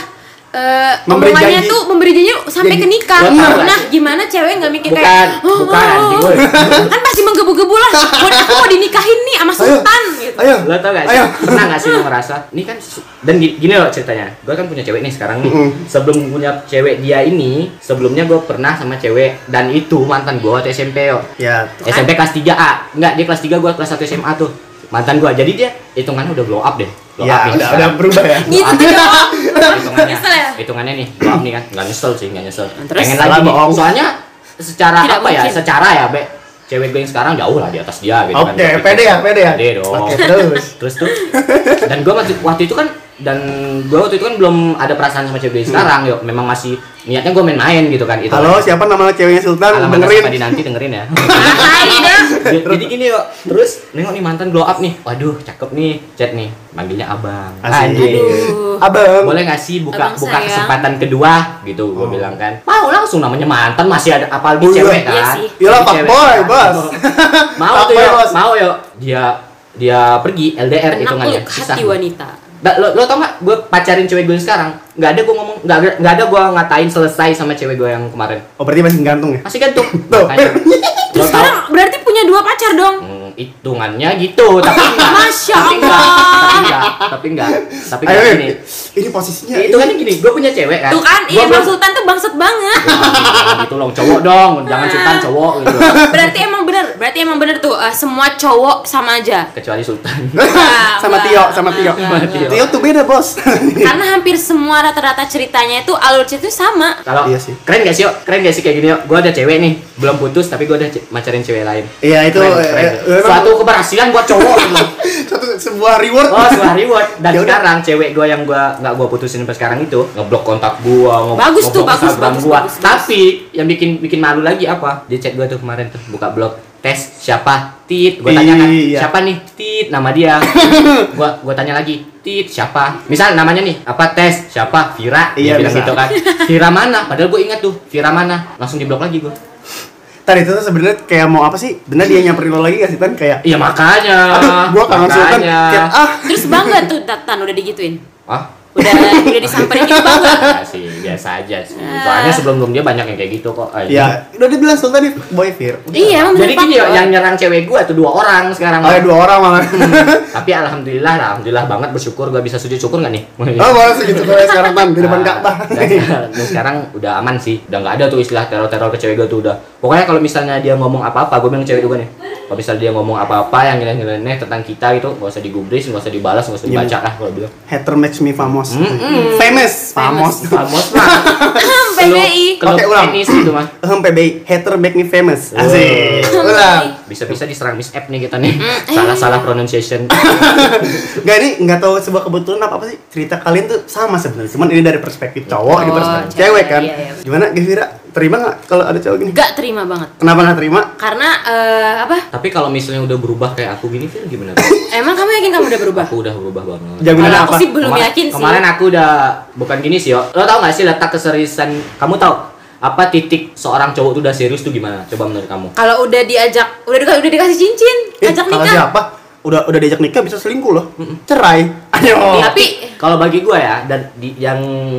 eh Memberi omongannya janji. tuh memberi janji sampai Janji. ke nikah. Lo tau gak Nah, sih? gimana cewek nggak mikir Bukan, kayak oh, bukan oh, anjing, oh. woi. Kan pasti menggebu-gebu lah. Buat aku mau dinikahin nih sama sultan gitu. Ayo. Lo tau gak sih? Ayo. Pernah gak sih lo ngerasa? Ini kan su- dan gini, gini loh ceritanya. Gue kan punya cewek nih sekarang nih. Mm-mm. Sebelum punya cewek dia ini, sebelumnya gue pernah sama cewek dan itu mantan gue waktu S M P yo. Ya. S M P kelas tiga A. Enggak, dia kelas tiga, gue kelas satu S M A tuh. Mantan gue. Jadi dia hitungannya udah blow up deh. Blow Ya, up nih udah sekarang. udah berubah ya. Gitu dong. hitungannya Nyesel ya? hitungannya nih blow up nih kan nggak nyesel sih nggak nyesel Terus? pengen Salah lagi nih. bohong. Soalnya secara Tidak apa ya mungkin. secara ya be cewek gue yang sekarang jauh lah di atas dia gitu kan. Oke, Gua pikir. pede ya, pede ya. Pede dong. Oke, terus. Terus tuh dan gue waktu, waktu itu kan dan gue waktu itu kan belum ada perasaan sama cewek gue yang sekarang yuk memang masih niatnya gue main-main gitu kan itu Halo, siapa nama ceweknya Sultan? alamat Dengerin. tadi nanti dengerin ya. Hai dah. Jadi jadi gini yuk terus nengok nih mantan glow up nih waduh cakep nih chat nih manggilnya abang. Asik. Anjing. Aduh. Abang. Boleh nggak sih buka Abang buka sayang. kesempatan kedua gitu gue Oh. bilang kan mau langsung namanya mantan masih ada apalagi Oh, iya. cewek kan Iya sih. Iyalah, Jadi Pak cewek Boy, kan. Bos. mau Pak tuh Boy, yuk Bos. mau yuk dia dia pergi L D R hitungannya Penakluk hati wanita. Nah, lo, lo tau gak, gue pacarin cewek gue yang sekarang nggak ada gue ngomong, nggak ada- nggak ada gue ngatain selesai sama cewek gue yang kemarin Oh, berarti masih gantung ya? masih gantung Tuh. makanya lo Terus tau sekarang berarti punya dua pacar dong. hmm, hitungannya gitu tapi enggak Masya tapi enggak Allah. tapi enggak tapi enggak tapi Ayo, enggak Mir. gini Ini posisinya. itu kan gini gue punya cewek kan Tuh kan, Gua iya Bang belum- Sultan tuh bangsat banget. Jangan gitu loh, cowok dong, jangan sultan cowok gitu. Berarti emang bener, berarti emang bener tuh eh, semua cowok sama aja. Kecuali sultan. sama Enggak, Tio, sama Tio. enggak, enggak. Tio tuh beda, Bos. Karena hampir semua rata-rata ceritanya itu alur cerita itu sama. Kalau Iya sih. keren gak sih, yuk? Keren gak sih kayak gini, yuk? Gue ada cewek nih, belum putus tapi gue udah ce- macarin cewek lain. Iya, itu Keren, eh, keren. eh, Suatu keberhasilan buat cowok gitu. satu sebuah reward. Oh, sebuah reward. Dan Ya udah. sekarang cewek gue yang gue nggak gue putusin sampai sekarang itu ngeblok kontak gue, nge- Bagus tuh, ngeblok bagus, Instagram bagus, gua. bagus, bagus. Tapi yang bikin bikin malu lagi apa? Dia chat gue tuh kemarin tuh buka blog tes siapa Tit, gue tanya kan Iya. siapa nih Tit nama dia. Gua gua tanya lagi Tit siapa? Misal namanya nih apa tes siapa Vira? Dia Iya, bilang bisa. gitu kan. Vira mana? Padahal gue ingat tuh Vira mana? Langsung diblok lagi gue. Tadi itu tuh sebenarnya kayak mau apa sih? Bener dia nyamperin lo lagi gak sih, Tan? Kayak Iya makanya. aduh, gua kangen Sultan. Makanya. Kayak ah, Terus bangga tuh Tatan udah digituin. Ah, Udah udah disamperin gitu bangga. ya sih biasa aja sih. Soalnya sebelum sebelum dia banyak yang kayak gitu kok. Ayo. ya udah dibilang Sultan nih boy Fir. Iya, emang Jadi bener gini Pak. yo, yang nyerang cewek gua tuh dua orang sekarang. Oh, ya dua orang malah. Tapi alhamdulillah, alhamdulillah banget bersyukur gua bisa sujud syukur nggak nih? Oh, boleh segitu kalau sekarang Tan di depan Ah, Ka'bah. dan- dan sekarang udah aman sih, udah nggak ada tuh istilah teror-teror ke cewek gua tuh udah. Pokoknya kalau misalnya dia ngomong apa-apa, gua bilang ke cewek gua nih. Kalau misalnya dia ngomong apa-apa yang nyeleneh tentang kita itu, nggak usah digubris, nggak usah dibalas, nggak usah Iya, dibaca lah kalau bilang. Hater makes me famous. Mm-mm. Famous, famous. Famos mah. P B I. Kalau Oke, ulang. tenis itu mah. Ahem P B I, hater make me famous. Oh. Asik. Ulang. Bisa-bisa diserang Miss App nih kita nih. Salah-salah pronunciation. Gak, ini nggak tahu sebuah kebetulan apa, apa sih cerita kalian tuh sama sebenarnya. Cuman ini dari perspektif cowok, ini Oh, perspektif cewek, cewek kan. iya, iya. Gimana Gevira? Terima nggak kalau ada cowok gini? Gak terima banget. Kenapa nggak terima? Karena eh, apa? Tapi kalau misalnya udah berubah kayak aku gini, Fir, gimana? Emang kamu yakin kamu udah berubah? Aku udah berubah banget. Jaminan Kalau apa? aku sih belum Kemar- yakin sih. Kemarin aku udah bukan gini sih, yo. Lo tau gak sih letak keseriusan? Kamu tahu apa titik seorang cowok tuh udah serius tuh gimana? Coba menurut kamu. Kalau udah diajak, udah di- udah dikasih cincin, Eh, ajak kalau nikah. siapa? Udah udah diajak nikah bisa selingkuh loh. Cerai. Ayo. Tapi Kalau bagi gue ya, dan di, yang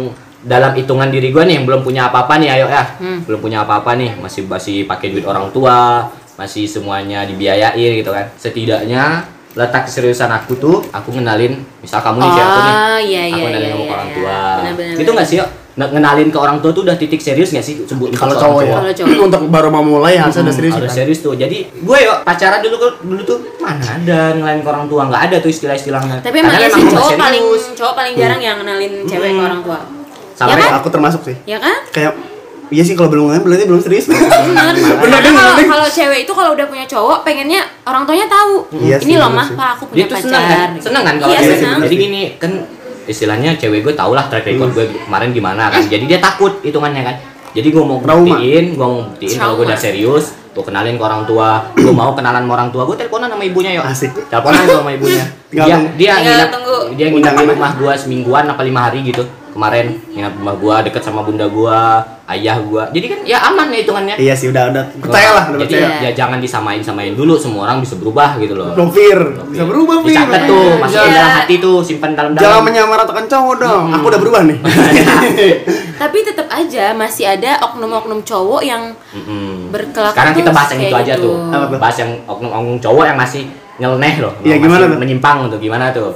dalam hitungan diri gue nih yang belum punya apa-apa nih, ayo ya, Hmm. belum punya apa-apa nih, masih masih pakai duit orang tua, masih semuanya dibiayain gitu kan. Setidaknya letak keseriusan aku tuh, aku ngenalin, misal kamu nih cewek aku nih, Oh, iya, aku iya, ngenalin iya, kamu ke iya, orang iya. tua. Benar-benar, Itu nggak sih, yuk? Nge- ngenalin ke orang tua tuh udah titik serius nggak sih? Sebut Kalau seorang cowok ya. Kalau cowok. Untuk baru mau mulai harusnya udah serius. Harus kan? serius tuh. Jadi gue yuk pacaran dulu dulu tuh mana ada ngenalin ke orang tua, nggak ada tuh istilah-istilahnya. tapi emang Karena iya sih memang cowok serius. paling cowok paling jarang yang kenalin cewek ke Hmm. orang tua. Sampai Ya kan? Aku termasuk sih. Ya kan? Kayak iya sih kalau belum ngomong berarti belum serius. Bener. Bener Karena deh, kalau bener deh. kalau cewek itu kalau udah punya cowok pengennya orang tuanya tahu. Iya sih, Ini loh bener mah, sih. Pak aku Dia punya tuh pacar. seneng kan? Seneng kan kalau Iya, cewek. seneng. Jadi gini kan istilahnya cewek gue tau lah track record gue kemarin gimana kan. Jadi dia takut hitungannya kan. Jadi gue mau Trauma. buktiin, gue mau buktiin kalau gue udah Trauma. serius, gue kenalin ke orang tua, gue mau kenalan sama orang tua, gue teleponan sama ibunya yuk. Asik. Teleponan gue sama ibunya. Tinggal Dia tunggu. dia Tinggal nginep tunggu dia nginep di undangan rumah gue semingguan apa lima hari gitu. kemarin nginap rumah gua deket sama bunda gua, ayah gua. Jadi kan ya aman ya hitungannya. Iya sih udah udah percaya lah, udah Jadi percaya. ya jangan disamain-samain dulu, semua orang bisa berubah gitu loh. Dong Fir, bisa berubah Fir. Dicatat tuh, masukin Iya. dalam hati tuh, simpan dalam-dalam. Jangan menyamaratakan cowok dong. Aku udah berubah nih. Tapi tetap aja masih ada oknum-oknum cowok yang Mm-mm. berkelakuan. Sekarang kita tuh bahas yang kayak itu aja gitu. tuh. Apa tuh? Bahas yang oknum-oknum cowok yang masih nyeleneh loh. Iya, Yang gimana masih tuh? menyimpang tuh, gimana tuh?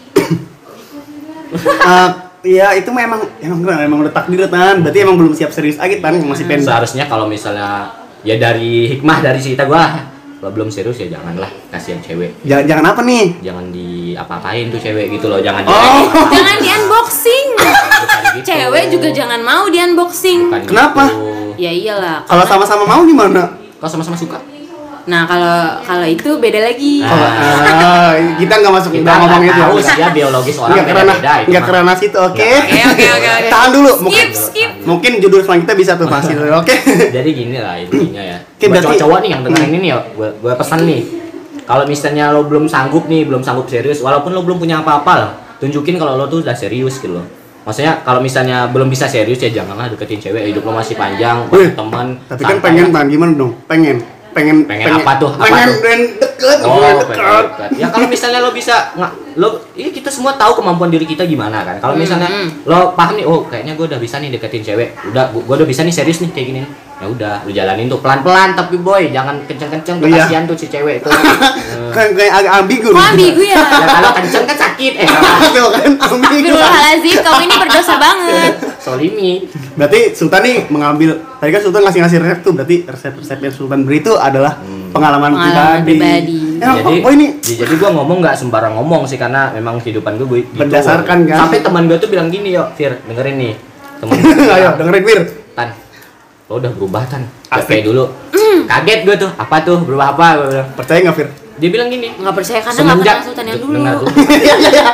Eh, Iya itu memang emang gimana? Emang udah takdir Tan. Berarti emang belum siap serius lagi Tan, masih pendek. Seharusnya kalau misalnya ya dari hikmah dari cerita gua, kalau belum serius ya janganlah, kasihan cewek. Jangan jangan apa nih? Jangan di apa-apain tuh cewek gitu loh, jangan di Oh. Jangan di unboxing. Bukan gitu. Cewek juga jangan mau di unboxing. Bukan Kenapa? gitu. Ya iyalah. Kalau sama-sama mau gimana? Kalau sama-sama suka. Nah, kalau kalau itu beda lagi. Nah. Kalau ah, kita nggak masuk Kita udah ngomong nggak itu. tahu sih ya biologis orang Nggak kerana beda-beda itu nggak mah. kerana situ, oke? Nggak. Oke, oke, oke, oke. Tahan dulu, mungkin Skip, skip. mungkin judul selanjutnya bisa tuh pasti, oke? Jadi gini lah intinya ya. Oke, Buat berarti- cowok-cowok nih yang dengerin ini ya, gua gua pesan nih. Kalau misalnya lo belum sanggup nih, belum sanggup serius, walaupun lo belum punya apa-apa lah, tunjukin kalau lo tuh udah serius gitu loh. Maksudnya kalau misalnya belum bisa serius ya janganlah deketin cewek, hidup lo masih panjang, Wih, banyak teman. Tapi kan santai pengen lah. Tan, gimana dong? Pengen pengen Pengen apa tuh? Apa pengen tuh? pengen deket, Oh, pengen pengen deket. dekat. Ya kalau misalnya lo bisa nggak, lo, ya kita semua tahu kemampuan diri kita gimana kan. Kalau misalnya Hmm. lo paham nih, oh kayaknya gue udah bisa nih deketin cewek, udah gue udah bisa nih serius nih kayak gini. Ya udah, lu jalanin tuh pelan-pelan tapi boy, jangan kenceng-kenceng, Iya. kasihan tuh si cewek tuh. Eh, Kayak kayak agak ambigu. Kok ambigu ya? ya kalau kenceng kan sakit, eh Tuh kan ambigu. Astagfirullahaladzim, kamu ini berdosa banget. solimi. Berarti Sultan nih mengambil, tadi kan Sultan ngasih-ngasih resep tuh, berarti resep-resep yang Sultan beri itu adalah pengalaman, Pengalaman pribadi. pribadi. Emang jadi, kok boy ini ya, jadi gue ngomong nggak sembarang ngomong sih karena memang kehidupan gue gitu. Berdasarkan kan? Sampai teman gue tuh bilang gini, yo Fir, dengerin nih. Temen ayo dengerin Wir. Tan, lo udah berubah Tan. Gak Asik. kayak dulu. Kaget gue tuh, apa tuh berubah apa? Gue bilang. Percaya nggak Fir? Dia bilang gini. Nggak percaya karena nggak Semenjak kenal Sultan yang dulu. dengar dulu. Iya iya iya.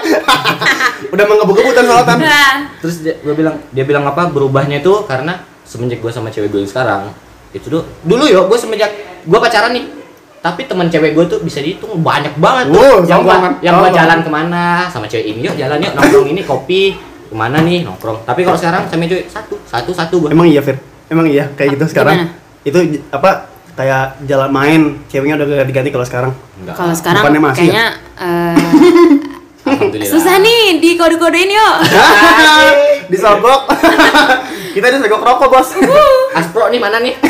Udah menggebu-gebu Tan soal Tan. Nah, Terus dia, gue bilang, dia bilang apa? Berubahnya tuh karena semenjak gue sama cewek gue yang sekarang itu tuh dulu yo gue semenjak gue pacaran nih, tapi teman cewek gue tuh bisa dihitung banyak banget tuh. Wow, yang gua, sombong. yang gua Sombong. jalan kemana sama cewek ini, yuk jalan yuk nongkrong ini kopi kemana nih nongkrong. Tapi kalau sekarang sama cewek satu satu satu gue. Emang iya Fir? Emang iya kayak gitu sekarang? Gimana? Itu j- apa kayak jalan main ceweknya udah ganti-ganti kalau sekarang. Enggak. kalau sekarang Bukannya masih kayaknya eh, Alhamdulillah. susah nih di kode-kodein yuk. Disogok. Kita disogok rokok bos. Aspro nih mana nih?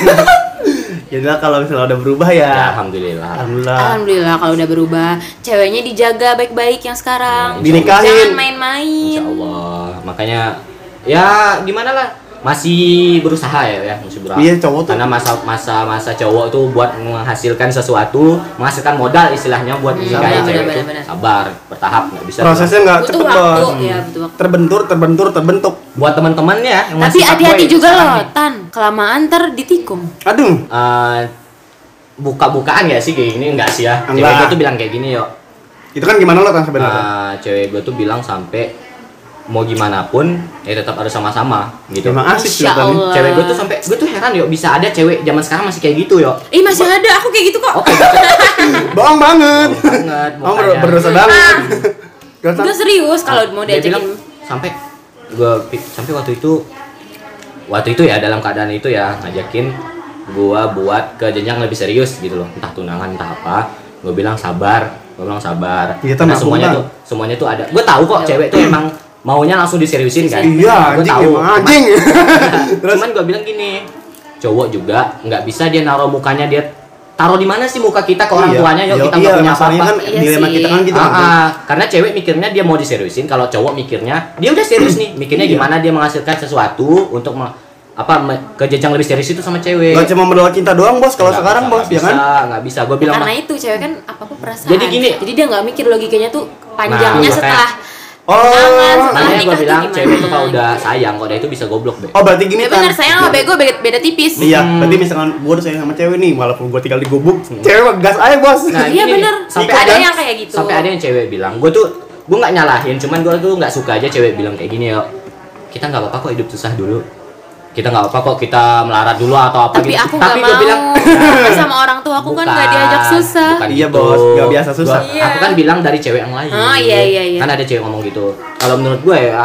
Ya udah kalau misalnya udah berubah ya. Ya, alhamdulillah. Alhamdulillah. Alhamdulillah kalau udah berubah, ceweknya dijaga baik-baik yang sekarang. Ya, insya Allah. Dinikahin. Jangan main-main. Insya Allah. Makanya ya gimana lah, masih berusaha ya ya masih berusaha. Iya, cowok tuh. Karena masa masa masa cowok tuh buat menghasilkan sesuatu, menghasilkan modal istilahnya buat Hmm, menikahi benar, cewek benar, itu benar. sabar, bertahap, nggak bisa. Prosesnya nggak Butuh cepet waktu, bos. ya butuh waktu. Terbentur, terbentur, terbentuk. Buat teman-teman ya yang Tapi masih hati-hati fuckboy juga sekarang loh, nih. Tan. Kelamaan ntar ditikung. Aduh. Eh, buka-bukaan ya sih kayak gini enggak sih ya? Cewek Enggak. gue tuh bilang kayak gini yo. Itu kan gimana lo kan sebenarnya? Eh, cewek gue tuh bilang sampai mau gimana pun ya tetap harus sama-sama gitu. Emang asik sih Masya tadi. Allah. Cewek gue tuh sampai gue tuh heran yo bisa ada cewek zaman sekarang masih kayak gitu yo. Ih masih ada, aku kayak gitu kok. Oke, Bohong banget. banget. Kamu ber- makanya. berdosa banget. Gak Udah serius kalau mau Dia diajakin. bilang sampai gue sampai waktu itu waktu itu ya dalam keadaan itu ya ngajakin gua buat ke jenjang lebih serius gitu loh, entah tunangan entah apa. Gue bilang sabar, gue bilang sabar. Iya, Karena tenang, semuanya tenang. tuh semuanya tuh ada. Gue tahu kok cewek tuh emang maunya langsung diseriusin kan. Iya, Gue anjing tahu. emang anjing. Terus cuman gue bilang gini, cowok juga nggak bisa dia naruh mukanya dia taruh di mana sih muka kita ke orang Iya. tuanya yuk Iya, kita nggak iya, punya masalahnya apa-apa. kan Iya dilema sih. kita kan gitu Ah, kan. ah. Karena cewek mikirnya dia mau diseriusin, kalau cowok mikirnya dia udah serius nih, mikirnya Iya. gimana dia menghasilkan sesuatu untuk me- apa me- ke jenjang lebih serius itu sama cewek. Gak cuma modal cinta doang bos kalau Nggak sekarang bisa, bos nggak ya kan? bisa, nggak bisa. Gue bilang Karena mah, itu cewek kan apa-apa perasaan. Jadi gini. Jadi dia nggak mikir logikanya tuh panjangnya Nah, setelah Oh, tunangan, setelah makanya nikah gue tuh bilang gimana. cewek itu kalau udah sayang, kalau dia itu bisa goblok be. oh berarti gini Ya kan? benar, sayang sama bego beda, beda tipis. Iya, Hmm. berarti misalkan gue udah sayang sama cewek nih, walaupun gue tinggal di gubuk, cewek mah gas aja bos. Nah, Iya gini, bener, sampai ada kan? yang kayak gitu. Sampai ada yang cewek bilang, gue tuh gue nggak nyalahin, cuman gue tuh nggak suka aja cewek bilang kayak gini yo. Kita nggak apa-apa kok hidup susah dulu. Kita nggak apa-apa kok kita melarat dulu atau apa Tapi gitu. aku nggak gua mau. bilang, Sama orang tua aku kan bukan, nggak diajak susah. bukan Iya, gitu. bos, nggak biasa susah. Gua- Iya. Aku kan bilang dari cewek yang lain. Oh, iya, iya, iya. Kan ada cewek ngomong gitu. Kalau menurut gue ya,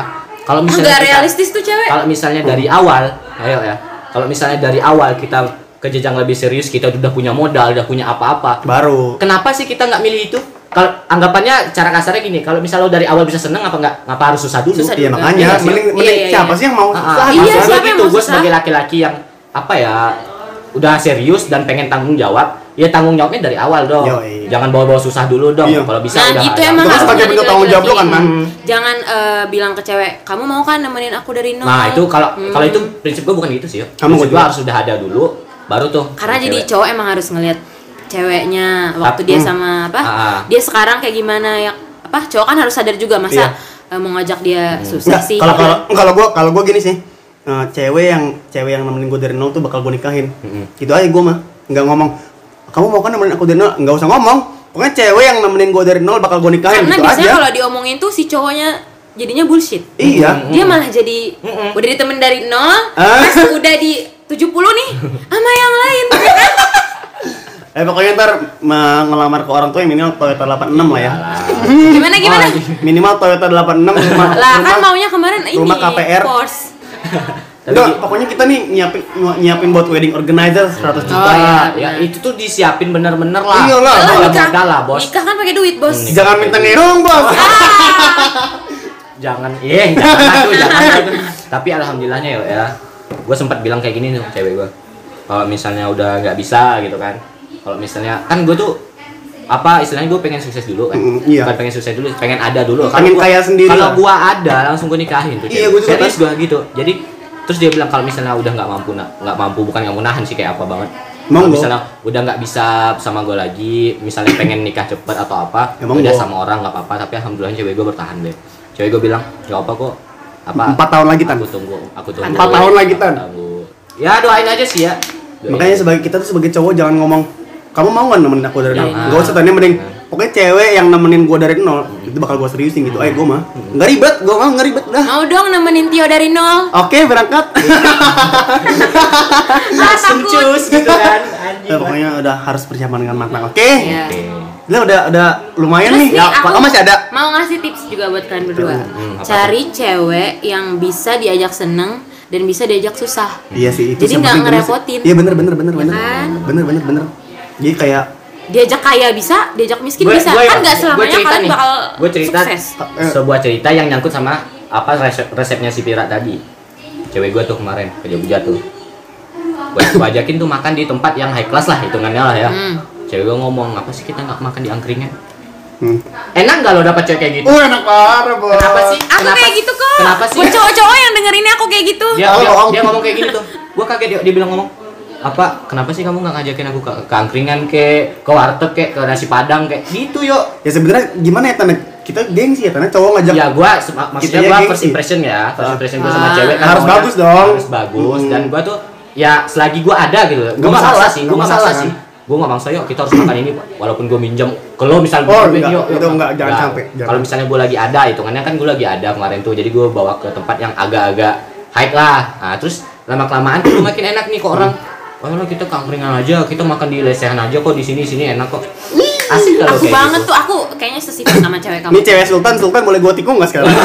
kalau misalnya Enggak kita- realistis tuh cewek. kalau misalnya dari awal, ayo ya. Kalau misalnya dari awal kita ke jenjang lebih serius, kita udah punya modal, udah punya apa-apa. Baru. Kenapa sih kita nggak milih itu? Kalau anggapannya cara kasarnya gini, kalau misalnya lo dari awal bisa seneng apa nggak, ngapa harus susah dulu? Susah Iya juga. makanya Iya sih. mending, Iya, mending iya, siapa iya. sih yang mau Ah, susah? ah, Iya, maksud gue siapa yang gitu, mau gue susah? sebagai laki-laki yang apa ya, udah serius dan pengen tanggung jawab, ya tanggung jawabnya dari awal dong. Yoi. Jangan bawa-bawa susah dulu dong. Iya. Kalau bisa Nah, udah itu ada. emang Itu kan harus sebagai jadi bentuk tanggung jawab lo kan, laki-laki. Man. Jangan eh, bilang ke cewek, kamu mau kan nemenin aku dari nol. Nah itu kalau Hmm. kalau itu prinsip gue bukan gitu sih. Yo. Kamu Prinsip juga. gue harus sudah ada dulu, baru tuh. Karena sama jadi cewek. cowok emang harus ngelihat ceweknya waktu Tap- dia hmm. sama apa? Ah, ah. Dia sekarang kayak gimana ya? Apa? Cowok kan harus sadar juga masa Iya. eh, mau ngajak dia Hmm. susah Enggak, sih. kalau kalau kalau gue kalau gue gini sih, eh, cewek yang cewek yang nemenin gue dari nol tuh bakal gue nikahin. Mm-mm. Gitu aja gue mah, nggak ngomong. Kamu mau kan nemenin aku dari nol? Nggak usah ngomong. Pokoknya cewek yang nemenin gue dari nol bakal gue nikahin. Karena Gitu biasanya aja. kalau diomongin tuh si cowoknya jadinya bullshit. Iya. Dia malah jadi Mm-mm. udah ditemen dari nol, Ah. terus udah di tujuh puluh nih sama yang lain. ya kan? Eh pokoknya ntar me- ngelamar ke orang tua yang minimal Toyota delapan enam lah ya. Gimana gimana? Minimal Toyota delapan enam rumah. Lah kan rumah- maunya kemarin ini rumah K P R. Porsche. Enggak, pokoknya kita nih nyiapin nyiapin buat wedding organizer seratus juta. Oh, iya. Ya itu tuh disiapin bener-bener lah. Iyalah, Ada Lah, nikah, modal lah bos. nikah kan pakai duit bos. Hmm, Jangan minta nih dong, Bos. Jangan, eh jangan tuh, jangan itu. Tapi alhamdulillahnya ya, ya gue sempat bilang kayak gini tuh cewek gue. Kalau misalnya udah nggak bisa gitu kan, kalau misalnya kan gue tuh apa istilahnya gue pengen sukses dulu kan, Mm, iya. bukan pengen sukses dulu, pengen ada dulu. Pengen gua- kaya sendiri Kalau lah. gue ada langsung gue nikahin tuh. Iya, cewek. gua juga Serius kan. gue gitu. Jadi terus dia bilang kalau misalnya udah nggak mampu, na- nggak mampu bukan nggak mau nahan sih kayak apa banget. Kalau Monggo. misalnya udah nggak bisa sama gue lagi, misalnya pengen nikah cepet atau apa, Ya, monggo. udah sama orang nggak apa-apa. Tapi alhamdulillah cewek gue bertahan deh. Cewek gue bilang nggak apa kok. Apa? Empat tahun lagi, Tan. Aku tunggu, aku tunggu. Empat tahun lagi, Tan. Tunggu. Ya doain aja sih ya. Doain. Makanya sebagai kita tuh sebagai cowok jangan ngomong kamu mau nggak nemenin aku dari nol? Jangan. Gak usah tanya mending. Pokoknya cewek yang nemenin gue dari nol itu bakal gue seriusin gitu. Ayo gue mah nggak ribet, gue mah nggak ribet dah. Mau dong nemenin Tio dari nol. Oke berangkat. langsung takut. cus gitu kan. Anjing. Ya, pokoknya udah harus persiapan dengan matang. Oke. Iya. Oke. Udah udah udah lumayan Terus nih. nih, Ya, aku Pak masih ada. mau ngasih tips juga buat kalian berdua. Hmm, apa Cari cewek yang bisa diajak seneng dan bisa diajak susah. Iya sih itu. Jadi yang nggak penting bener sih. ngerepotin. Iya bener bener bener Ya bener. kan? Bener bener bener. Jadi kayak Diajak kaya bisa, diajak miskin Gua- bisa. gua- Kan nggak gua selamanya cerita kalian nih. bakal Gua cerita sukses. sebuah cerita yang nyangkut sama apa resep, resepnya si Pira tadi. Cewek gua tuh kemarin ke Jogja tuh. Gua, gua ajakin tuh makan di tempat yang high class lah hitungannya lah ya. Hmm. Cewek gua ngomong, apa sih kita nggak makan di angkringan? hmm. Enak nggak lo dapet cewek kayak gitu? Oh enak parah bos. Kenapa sih? Aku Kenapa kayak sih? gitu kok. Kenapa sih? Buat cowok-cowok yang dengerin ini aku kayak gitu. Dia, Oh, dia, bohong. dia ngomong kayak gini tuh. Gua kaget dia, dia bilang ngomong apa kenapa sih kamu nggak ngajakin aku ke, ke angkringan ke ke warteg ke ke nasi padang kayak gitu yuk. Ya sebenarnya gimana ya Tanda? Kita gengsi ya Tanda cowok ngajak. Ya gua se- maksudnya Kitanya gua gengsi. first impression ya, first Ah. impression gua sama Ah. cewek kan Harus maunya bagus dong. harus bagus Hmm. dan gua tuh ya selagi gua ada gitu. Gua Nggak nggak masalah, maksa sih, nggak gua nggak masalah, maksa kan? sih. Gua nggak maksa yuk kita harus makan ini walaupun gua minjem ke lo misal Oh, gua, enggak, yuk, yuk, itu enggak, jangan Enggak. sampai, jangan. Kalau misalnya gua lagi ada hitungannya kan gua lagi ada kemarin tuh jadi gua bawa ke tempat yang agak-agak high lah. Nah, terus lama kelamaan tuh makin enak nih kok orang. Oh, no, kita ke angkringan aja, kita makan di lesehan aja kok di sini sini enak kok. Asik kalau Aku kayak banget gitu. tuh, aku kayaknya sesifat sama cewek kamu. Ini cewek Sultan, Sultan boleh gua tikung nggak sekarang?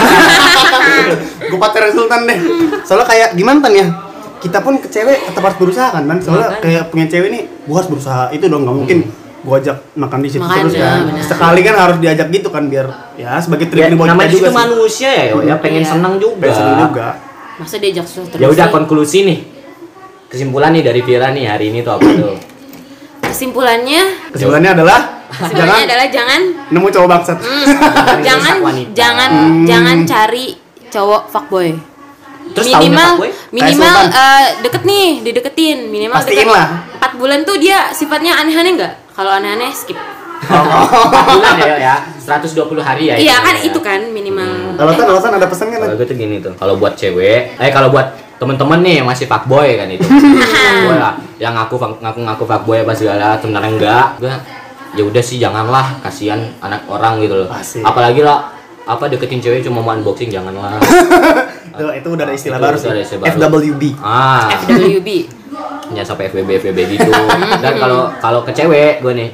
Gua pacaran Sultan deh. Soalnya kayak gimana Tan ya? Kita pun ke cewek tetap harus berusaha kan, Tan? Soalnya Makanya. kayak punya cewek nih, gua harus berusaha. Itu dong nggak mungkin gua ajak makan di situ Makanya, terus kan. benar. Sekali kan harus diajak gitu kan biar ya sebagai Ya, trik buat namanya kita juga juga sih. manusia ya, yo, ya pengen Iya. senang juga. Pengen seneng juga. Masa diajak susah terus Ya udah sih? konklusi nih. Kesimpulan nih dari Vira nih hari ini tuh apa tuh? Kesimpulannya, Kesimpulannya adalah kesimpulannya jangan adalah jangan nemu cowok bangsat. hmm, Jangan jangan rusak wanita. jangan Hmm. jangan cari cowok fuckboy. Terus tahunya minimal fuckboy? minimal Sultan. eh, deket nih dideketin minimal Pastiin deket lah. empat bulan tuh dia sifatnya aneh-aneh nggak? Kalau aneh-aneh skip. empat bulan ya, ya seratus dua puluh hari ya. Iya itu kan ya. itu kan minimal. Alasan alasan ada pesan kan? Kalau gue tuh gini tuh, kalau buat cewek, eh kalau buat temen-temen nih yang masih fuckboy kan itu. Fuckboy lah, yang ngaku ngaku-ngaku fuckboy apa segala, sebenarnya enggak. Gue ya udah sih janganlah, kasihan anak orang gitu loh. Asik. Apalagi lah apa deketin cewek cuma mau unboxing janganlah. Itu, itu udah ada istilah Itu baru udah ada sih. istilah F baru. W B. Ah, F W B. ya sampai F B B F B B gitu. Dan kalau kalau ke cewek gue nih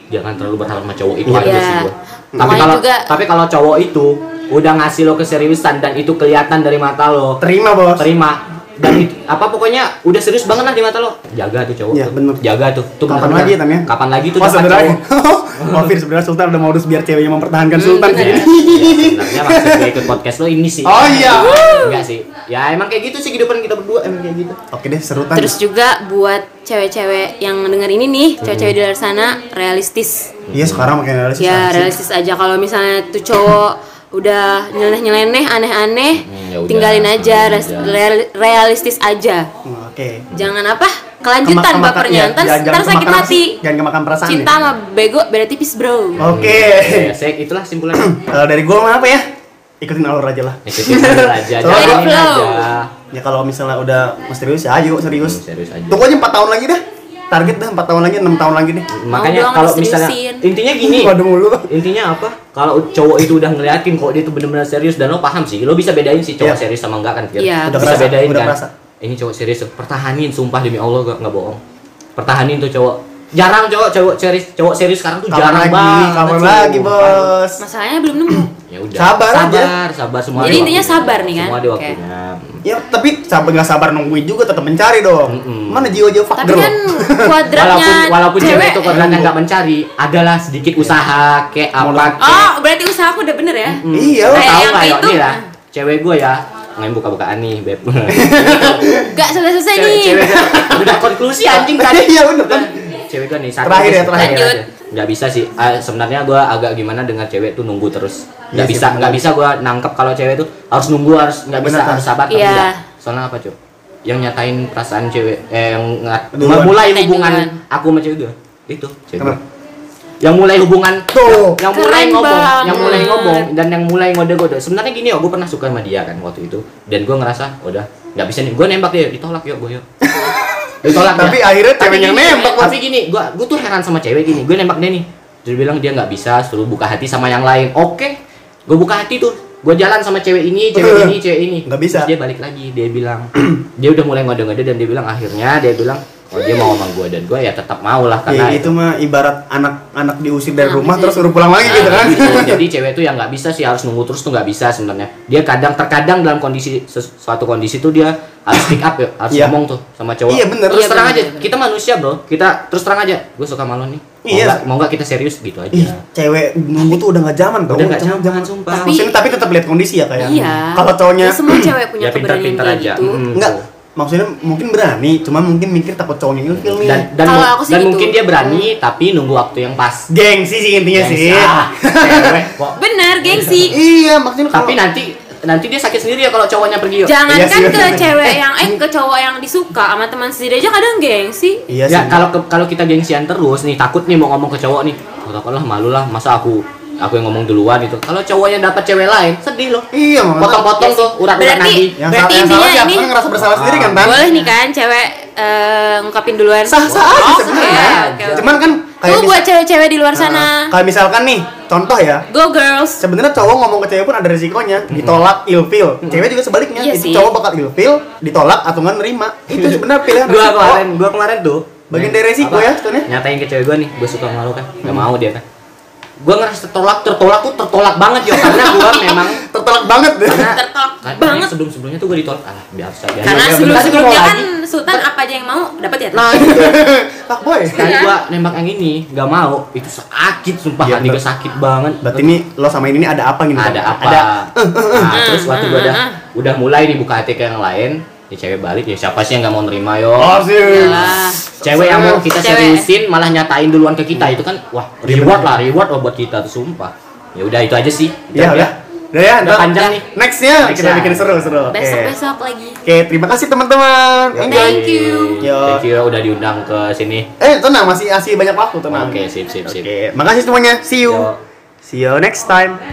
jangan terlalu berharap sama cowok itu Iya. aja sih gua. Tapi Makanya kalau juga- tapi kalau cowok itu udah ngasih lo keseriusan dan itu kelihatan dari mata lo, Terima, Bos. terima dan itu, apa pokoknya udah serius banget lah di mata lo, jaga tuh cowok Iya, tuh. bener. Jaga tuh tuh Kapan bener-bener. lagi ya, Tan, ya? Kapan lagi tuh Oh, dapat sebenarnya. cowok. Oh, Fir, sebenarnya Sultan udah modus biar ceweknya mempertahankan Hmm, Sultan bener. sih. Ya, sebenarnya maksud gue ikut podcast lo ini sih. Oh, iya. Enggak sih. Ya emang kayak gitu sih kehidupan kita berdua, emang kayak gitu. Oke deh, seru Tan. Terus juga buat cewek-cewek yang denger ini nih, cewek-cewek di luar sana realistis. Iya, sekarang makin realistis. Ya asik. realistis aja. Kalau misalnya tuh cowok udah nyeleneh-nyeleneh, aneh-aneh, Hmm, ya udah. tinggalin aja, Hmm, res- ya. real- realistis aja. Hmm, Oke. Jangan apa? Kelanjutan Kema- kemakan- bapernya, iya, ntar, jangan- ntar jangan sakit kemakan hati. apa sih? Jangan kemakan perasaan. Cinta ya? sama bego beda tipis, bro. Oke. Ya, saya itulah simpulannya. Kalau dari gua mah apa ya? Ikutin alur aja lah. Ikutin alur aja, Soalnya- jalanin Flow. aja. Ya kalau misalnya udah mau serius ya ayo serius. Hmm, serius aja. Tunggu aja empat tahun lagi dah. Target dah empat tahun lagi, enam tahun lagi deh. Makanya dong kalau misalnya diseriusin. intinya gini, Waduh mulu. intinya apa? Kalau cowok itu udah ngeliatin kok dia tuh bener-bener serius dan lo paham sih, lo bisa bedain sih cowok Iya. serius sama enggak kan, Fir? Iya. Udah bisa kerasa, bedain udah kan. kerasa. Ini cowok serius, pertahanin, sumpah demi Allah gak, nggak bohong. Pertahanin tuh cowok. Jarang cowok cowok serius cowok serius sekarang tuh Kapan jarang lagi? banget. Kapan cuy. lagi, Bos? Masalahnya belum nemu. Ya udah. Sabar aja. sabar, sabar semua. Jadi ada intinya waktunya. sabar nih kan? Semua ada Oke. waktunya. Ya, tapi sabar nggak sabar nungguin juga tetap mencari dong. Mm-mm. Mana jiwa-jiwa fuck Tapi girl? kan kuadratnya Walaupun walaupun cewek cewek. itu kodratnya nggak mencari, adalah sedikit usaha kayak apa. Oh, berarti usaha aku udah bener ya? Hmm. Iya, Lo Kayak tahu yang nggak kayak yuk itu. nih lah, cewek gue ya main buka-bukaan nih, beb. Gak selesai-selesai cewek, nih. cewek gue udah konklusi anjing tadi. Iya, bener, kan? Cewek gue nih satu Terakhir ya, aja, terakhir. Lanjut. aja. Nggak bisa sih. Ah, sebenarnya gue agak gimana dengar cewek tuh nunggu terus. Nggak Iya sih, bisa, bener. nggak bisa gue nangkep kalau cewek tuh harus nunggu, harus nggak bisa, Bener, kan? harus sabar. tapi Iya. nggak. Soalnya apa cuy? Yang nyatain perasaan cewek, eh yang ngat- Duluan. memulai Nyatain hubungan duluan. aku sama cewek gue itu cewek gue. Kenapa? Yang mulai hubungan Tuh. yang mulai Keren ngomong, banget. yang mulai ngomong dan yang mulai ngode-ngode. Sebenarnya gini yo, gue pernah suka sama dia kan waktu itu, dan gue ngerasa udah nggak bisa nih, gue nembak dia, ditolak yuk gue yuk. Ditolak Tapi dia. akhirnya Tapi cewek yang gini, nembak, Bos. Tapi gini, gue gue tuh heran sama cewek gini, gue nembak dia nih, dia bilang dia nggak bisa, suruh buka hati sama yang lain. Oke, gue buka hati tuh, gue jalan sama cewek ini, cewek ini, cewek ini. Nggak bisa. Terus dia balik lagi, dia bilang, dia udah mulai ngode-ngode dan dia bilang akhirnya dia bilang, oh dia mau sama gue, dan gue ya tetap mau lah karena Ya, itu mah ibarat anak-anak diusir dari Nah, rumah bisa. terus suruh pulang lagi gitu Nah, kan. gitu. Jadi cewek tuh yang nggak bisa sih, harus nunggu terus tuh nggak bisa sebenarnya. Dia kadang terkadang dalam kondisi ses- suatu kondisi tuh dia harus speak up ya, harus Iya. ngomong tuh sama cowok. Iya, bener. Terus Iya, terang bener, aja, bener. kita manusia bro, kita terus terang aja. Gue suka malu nih. Mau Iya. nggak- mau nggak kita serius gitu aja. Ih, cewek nunggu tuh udah nggak zaman tau. Udah nggak zaman, sumpah. Tapi- Maksudnya tapi tetap lihat kondisi ya kayak. Iya. Kalau cowoknya Ya, semua cewek punya Ya, keberanian pintar-pintar kayak aja. gitu. Mm. enggak, maksudnya mungkin berani, cuman mungkin mikir takut cowoknya ilfil nih. Dan dan, Kalau mu- aku sih dan gitu. mungkin dia berani tapi nunggu waktu yang pas. gengsi sih intinya Yang sih. sah. Cewek kok. Bener, gengsi. Iya, maksudnya Tapi kalau- nanti nanti dia sakit sendiri ya kalau cowoknya pergi. yuk. Jangan Iya kan sih, ke bener. cewek yang eh ke cowok yang disuka sama teman sendiri aja kadang gengsi. Iya sih. Ya kalau ke- kalau kita gengsian terus nih, takut nih mau ngomong ke cowok nih. Oh, takut lah, malu lah, masa aku aku yang ngomong duluan gitu. Kalau cowoknya dapat cewek lain, sedih loh. Iya, makanya. Potong-potong Iya sih. tuh urat-urat Berarti- nadi. Yang, Berarti sa- yang intinya salah siapa ini- kan ngerasa bersalah sendiri kan, Tan? Boleh nih kan cewek eh, ngungkapin duluan. Sah-sah aja Oh, sebenarnya. oke, oke, oke. Cuman kan kayak Tuh mis- buat cewek-cewek di luar Nah, sana. kayak misalkan nih, contoh ya. Go girls. Sebenarnya cowok ngomong ke cewek pun ada resikonya, ditolak ilfil. Cewek juga sebaliknya, Iya itu sih. cowok bakal ilfil, ditolak atau nggak nerima. Itu sebenarnya pilihan Gua resiko. kemarin, gua kemarin tuh Bagian main- dari resiko apa, ya, sebenarnya. Nyatain ke cewek gua nih, gua suka malu kan. Gak mau dia kan. Gua ngerasa tertolak, tertolak tuh tertolak banget yo karena gua memang Tertolak banget deh. karena Tertolak kan, banget. sebelum-sebelumnya tuh gua ditolak. Ah, biasa biasa. Karena Ya, sebelum bentar, sebelumnya gua mau kan lagi. Sultan apa aja yang mau dapat ya. Nah, itu. Fuck boy. Sekali Iya. gua nembak yang ini, gak mau, itu sakit sumpah, Iya, hati betul. gua sakit banget. Berarti nih lo sama ini nih ada apa gitu? ada apa? Ada. Nah, terus waktu gua udah uh, udah mulai nih buka hati ke yang lain, ya cewek balik, ya siapa sih yang gak mau nerima yo? Oh sih. Iyalah. Cewek yang mau kita Cewek. seriusin malah nyatain duluan ke kita, itu kan wah Iya, reward bener. lah, reward lah buat kita tuh sumpah. Ya udah itu aja sih. Ya udah. Udah ya, Udah ntar- panjang nih. Nextnya Next kita ya. bikin seru-seru. Oke. Besok-besok lagi. Oke, terima kasih teman-teman. Enjoy. Thank you. Yo. Thank you udah diundang ke sini. Eh, tenang, masih masih banyak waktu, tenang. Oke, sip sip sip. Oke, makasih semuanya. See you. Yo. See you next time.